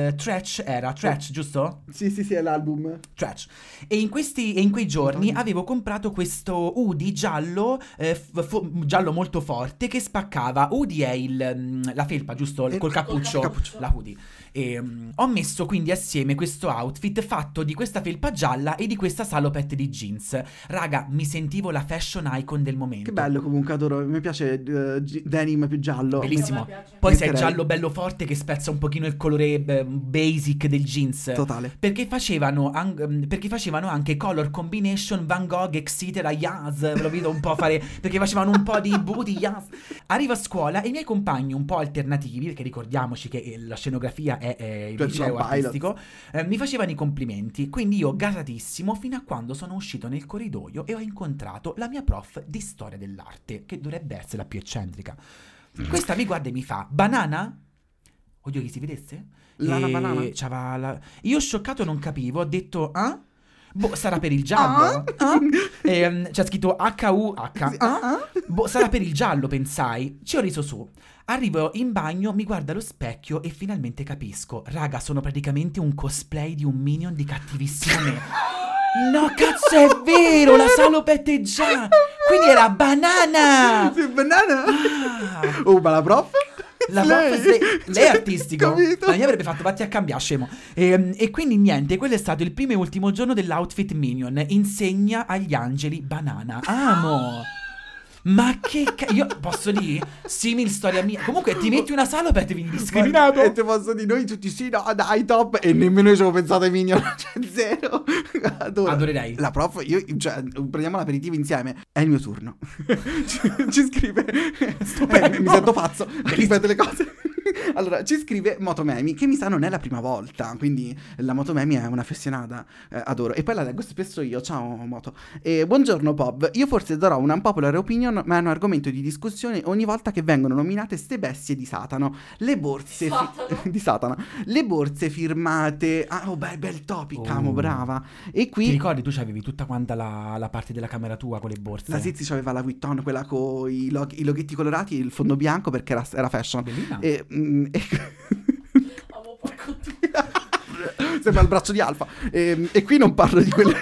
[SPEAKER 1] Trash, giusto?
[SPEAKER 2] Sì, è l'album.
[SPEAKER 1] Trash. E in quei giorni avevo comprato questo hoodie giallo, giallo molto forte che spaccava. Hoodie è la felpa, giusto? Col cappuccio.
[SPEAKER 3] cappuccio.
[SPEAKER 1] La hoodie. E ho messo quindi assieme questo outfit fatto di questa felpa gialla e di questa salopette di jeans. Raga, mi sentivo la fashion icon del momento.
[SPEAKER 2] Che bello comunque, adoro. Mi piace denim più giallo.
[SPEAKER 1] Bellissimo.
[SPEAKER 3] A me piace.
[SPEAKER 1] Poi se è
[SPEAKER 2] Metterei.
[SPEAKER 1] giallo bello forte che spezza un pochino il colore basic del jeans.
[SPEAKER 2] Totale.
[SPEAKER 1] Perché facevano anche color combination Van Gogh, etc. Yas. Ve lo vedo un po' fare. Perché facevano un po' di booty, yas. Arrivo a scuola e i miei compagni un po' alternativi, perché ricordiamoci che la scenografia è il
[SPEAKER 2] 21
[SPEAKER 1] liceo
[SPEAKER 2] Pilots.
[SPEAKER 1] artistico, mi facevano i complimenti. Quindi io gasatissimo fino a quando sono uscito nel corridoio e ho incontrato la mia prof di storia dell'arte, che dovrebbe essere la più eccentrica. Questa mi guarda e mi fa: banana? Oddio, che si vedesse?
[SPEAKER 2] Lana
[SPEAKER 1] E
[SPEAKER 2] banana?
[SPEAKER 1] c'ava Io scioccato non capivo, ho detto ah? Boh, sarà per il giallo? Ah? C'è scritto H-U-H. Ah? Boh, sarà per il giallo, pensai. Ci ho riso su. Arrivo in bagno, mi guardo allo specchio e finalmente capisco. Raga, sono praticamente un cosplay di un minion di cattivissimo me. No, cazzo, è vero, la salopette già. Quindi era banana.
[SPEAKER 2] Sì, banana.
[SPEAKER 1] Ah.
[SPEAKER 2] Oh, ma la prof?
[SPEAKER 1] La prof lei è artistico.
[SPEAKER 2] Capito?
[SPEAKER 1] La mia avrebbe fatto vatti a cambiare, scemo. E quindi niente, quello è stato il primo e ultimo giorno dell'outfit Minion. Insegna agli angeli banana. Amo. Ma che io posso dire? Simil storia mia. Comunque ti metti una salopette e vieni discriminato.
[SPEAKER 2] E te posso dire, noi tutti sì, no, dai, top. E nemmeno io ci avevo pensato ai Minion. Cioè, zero. Adoro.
[SPEAKER 1] Adorerei.
[SPEAKER 2] La prof, cioè, prendiamo l'aperitivo insieme. È il mio turno. ci scrive.
[SPEAKER 1] Stupendo.
[SPEAKER 2] Mi sento pazzo. Ripeto le cose. Allora, ci scrive Motomemi, che mi sa non è la prima volta, quindi la Motomemi è una affezionata, adoro. E poi la leggo spesso io, ciao Moto. Buongiorno Bob, io forse darò una unpopular opinion, ma è un argomento di discussione ogni volta che vengono nominate ste bestie di Satano. Le borse di Satana. Le borse firmate. Ah, oh beh, bel topic, amo, brava. E qui
[SPEAKER 1] ti ricordi, tu c'avevi tutta quanta la parte della camera tua con le borse?
[SPEAKER 2] La Zizi c'aveva la Vuitton, quella con i loghetti colorati e il fondo bianco perché era fashion.
[SPEAKER 1] Bellina.
[SPEAKER 3] Amo, porco tu.
[SPEAKER 2] Sembra il braccio di Alfa. E qui non parlo di quelle.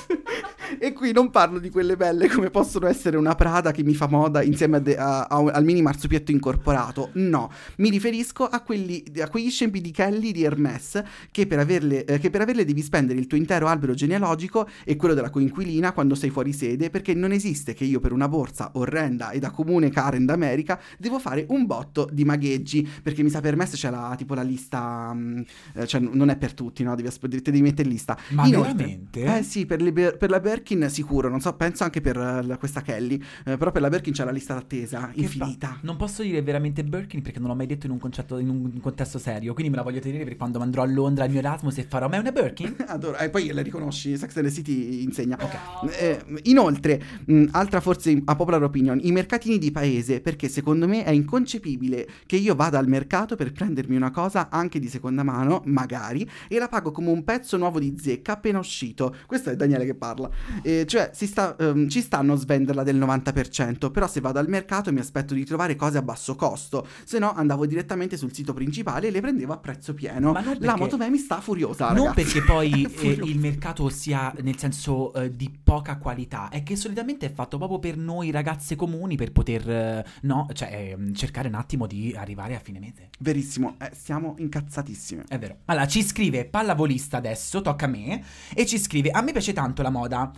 [SPEAKER 2] E qui non parlo di quelle belle come possono essere una Prada che mi fa moda insieme al mini marsupietto incorporato. No, mi riferisco a quegli scempi di Kelly di Hermès che per averle devi spendere il tuo intero albero genealogico e quello della coinquilina quando sei fuori sede, perché non esiste che io per una borsa orrenda e da comune Karen d'America devo fare un botto di magheggi, perché mi sa per Hermès c'è tipo la lista, cioè non è per tutti, no? Devi mettere in lista.
[SPEAKER 1] Ma veramente?
[SPEAKER 2] Sì, per la Birkin sicuro, non so, penso anche per questa Kelly, però per la Birkin c'è la lista d'attesa infinita.
[SPEAKER 1] Non posso dire veramente Birkin perché non l'ho mai detto in un contesto serio, quindi me la voglio tenere per quando andrò a Londra al mio Erasmus e farò, ma è una Birkin?
[SPEAKER 2] Adoro, e poi la riconosci, Sex and the City insegna.
[SPEAKER 3] Okay.
[SPEAKER 2] Inoltre, altra forse a popular opinion, i mercatini di paese, perché secondo me è inconcepibile che io vada al mercato per prendermi una cosa anche di seconda mano, magari, e la pago come un pezzo nuovo di zecca appena uscito. Questo è Daniele che parla. Cioè ci stanno a svenderla del 90%, però se vado al mercato mi aspetto di trovare cose a basso costo, se no andavo direttamente sul sito principale e le prendevo a prezzo pieno.
[SPEAKER 1] Ma
[SPEAKER 2] la Motomemi sta furiosa,
[SPEAKER 1] non
[SPEAKER 2] ragazzi.
[SPEAKER 1] perché poi il mercato sia nel senso di poca qualità, è che solitamente è fatto proprio per noi ragazze comuni per poter cercare un attimo di arrivare a fine mese.
[SPEAKER 2] Verissimo, siamo incazzatissime.
[SPEAKER 1] È vero. Allora, ci scrive Pallavolista adesso, tocca a me, e ci scrive: a me piace tanto la moda.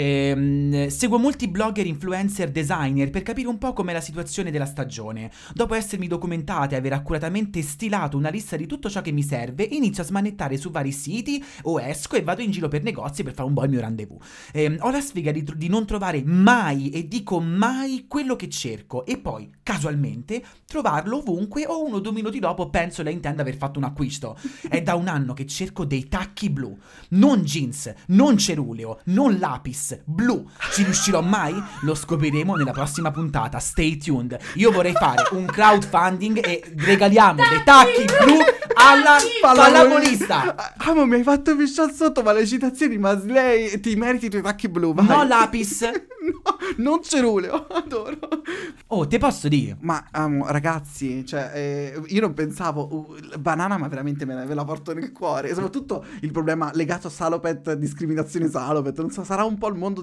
[SPEAKER 1] Seguo molti blogger, influencer, designer per capire un po' com'è la situazione della stagione. Dopo essermi documentata e aver accuratamente stilato una lista di tutto ciò che mi serve, inizio a smanettare su vari siti o esco e vado in giro per negozi per fare un po' il mio rendezvous. Ho la sfiga di non trovare mai, e dico mai, quello che cerco e poi, casualmente, trovarlo ovunque o 1 o 2 minuti dopo penso lei intenda aver fatto un acquisto. È da 1 anno che cerco dei tacchi blu, non jeans, non ceruleo, non lapis, blu. Ci riuscirò mai? Lo scopriremo nella prossima puntata. Stay tuned. Io vorrei fare un crowdfunding e regaliamo dei tacchi blu alla pallavolista.
[SPEAKER 2] Amo, mi hai fatto pisciare sotto, ma le citazioni, ma lei ti meriti i tuoi tacchi blu, vai.
[SPEAKER 1] No lapis.
[SPEAKER 2] No, non ceruleo, adoro.
[SPEAKER 1] Oh, te posso dire?
[SPEAKER 2] Ma ragazzi, cioè io non pensavo banana, ma veramente ve la porto nel cuore. E soprattutto il problema legato a Salopet, discriminazione Salopet, non so, sarà un po' il mondo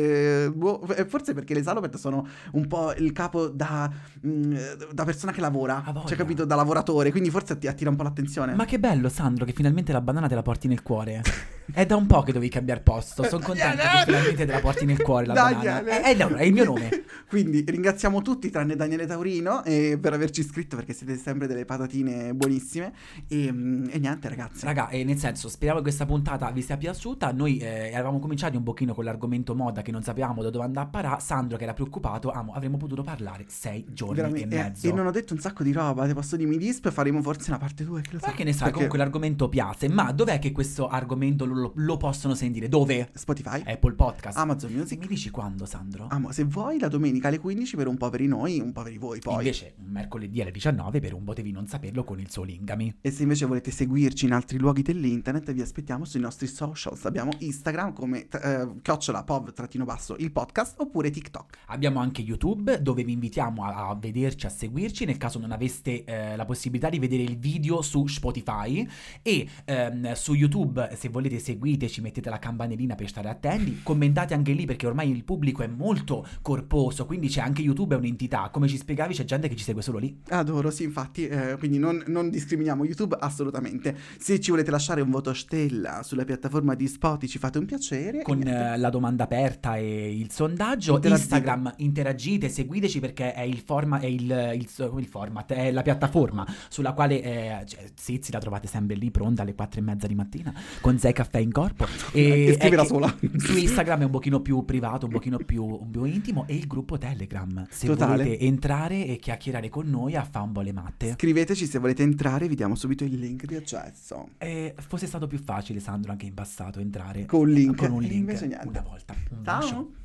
[SPEAKER 2] forse perché le Salopet sono un po' il capo da persona che lavora, cioè capito, da lavoratore, quindi forse ti attira un po' l'attenzione.
[SPEAKER 1] Ma che bello, Sandro, che finalmente la banana te la porti nel cuore. È da un po' che dovevi cambiare posto. Sono contento che finalmente te la porti nel cuore la banana. È il mio nome.
[SPEAKER 2] Quindi ringraziamo tutti tranne Daniele Taurino per averci iscritto, perché siete sempre delle patatine buonissime. E niente, ragazzi.
[SPEAKER 1] Raga, nel senso, speriamo che questa puntata vi sia piaciuta. Noi eravamo cominciati un pochino con l'argomento moda, che non sapevamo da dove andare a parare. Sandro, che era preoccupato, avremmo potuto parlare 6 giorni
[SPEAKER 2] veramente,
[SPEAKER 1] e mezzo.
[SPEAKER 2] E non ho detto un sacco di roba. Te posso dire, mi disp, faremo forse una parte 2.
[SPEAKER 1] Che ne sai, comunque l'argomento piace. Ma dov'è che questo argomento lo possono sentire? Dove?
[SPEAKER 2] Spotify,
[SPEAKER 1] Apple Podcast,
[SPEAKER 2] Amazon Music.
[SPEAKER 1] Mi dici quando, Sandro?
[SPEAKER 2] Se vuoi la domenica alle 15 per un po' per noi, un po' per voi poi.
[SPEAKER 1] Invece un mercoledì alle 19 per un potevi non saperlo con il suo Lingami.
[SPEAKER 2] E se invece volete seguirci in altri luoghi dell'internet, vi aspettiamo sui nostri socials. Abbiamo Instagram come @pov_ il podcast, oppure TikTok.
[SPEAKER 1] Abbiamo anche YouTube, dove vi invitiamo a vederci, a seguirci nel caso non aveste la possibilità di vedere il video su Spotify. E su YouTube, se volete, seguiteci, mettete la campanellina per stare attenti, commentate anche lì perché ormai il pubblico è molto corposo, quindi c'è anche YouTube, è un'entità, come ci spiegavi c'è gente che ci segue solo lì.
[SPEAKER 2] Adoro, sì, infatti, quindi non discriminiamo YouTube assolutamente. Se ci volete lasciare un voto stella sulla piattaforma di Spotify, ci fate un piacere
[SPEAKER 1] con la domanda aperta e il sondaggio. Instagram, interagite, seguiteci perché è il format, è la piattaforma sulla quale Zizi la trovate sempre lì pronta alle 4:30 di mattina con Zay Caffè stai in corpo.
[SPEAKER 2] E scrive
[SPEAKER 1] è
[SPEAKER 2] da
[SPEAKER 1] che
[SPEAKER 2] sola.
[SPEAKER 1] Su Instagram è un pochino più privato, un pochino più intimo, e il gruppo Telegram. Se
[SPEAKER 2] Totale.
[SPEAKER 1] volete entrare e chiacchierare con noi a fa un po' le matte.
[SPEAKER 2] Scriveteci se volete entrare, vi diamo subito il link di accesso.
[SPEAKER 1] Fosse stato più facile, Sandro, anche in passato entrare
[SPEAKER 2] Con un link.
[SPEAKER 1] con un
[SPEAKER 2] E
[SPEAKER 1] link
[SPEAKER 2] invece niente.
[SPEAKER 1] una volta. Un
[SPEAKER 2] Ciao.
[SPEAKER 1] bacio.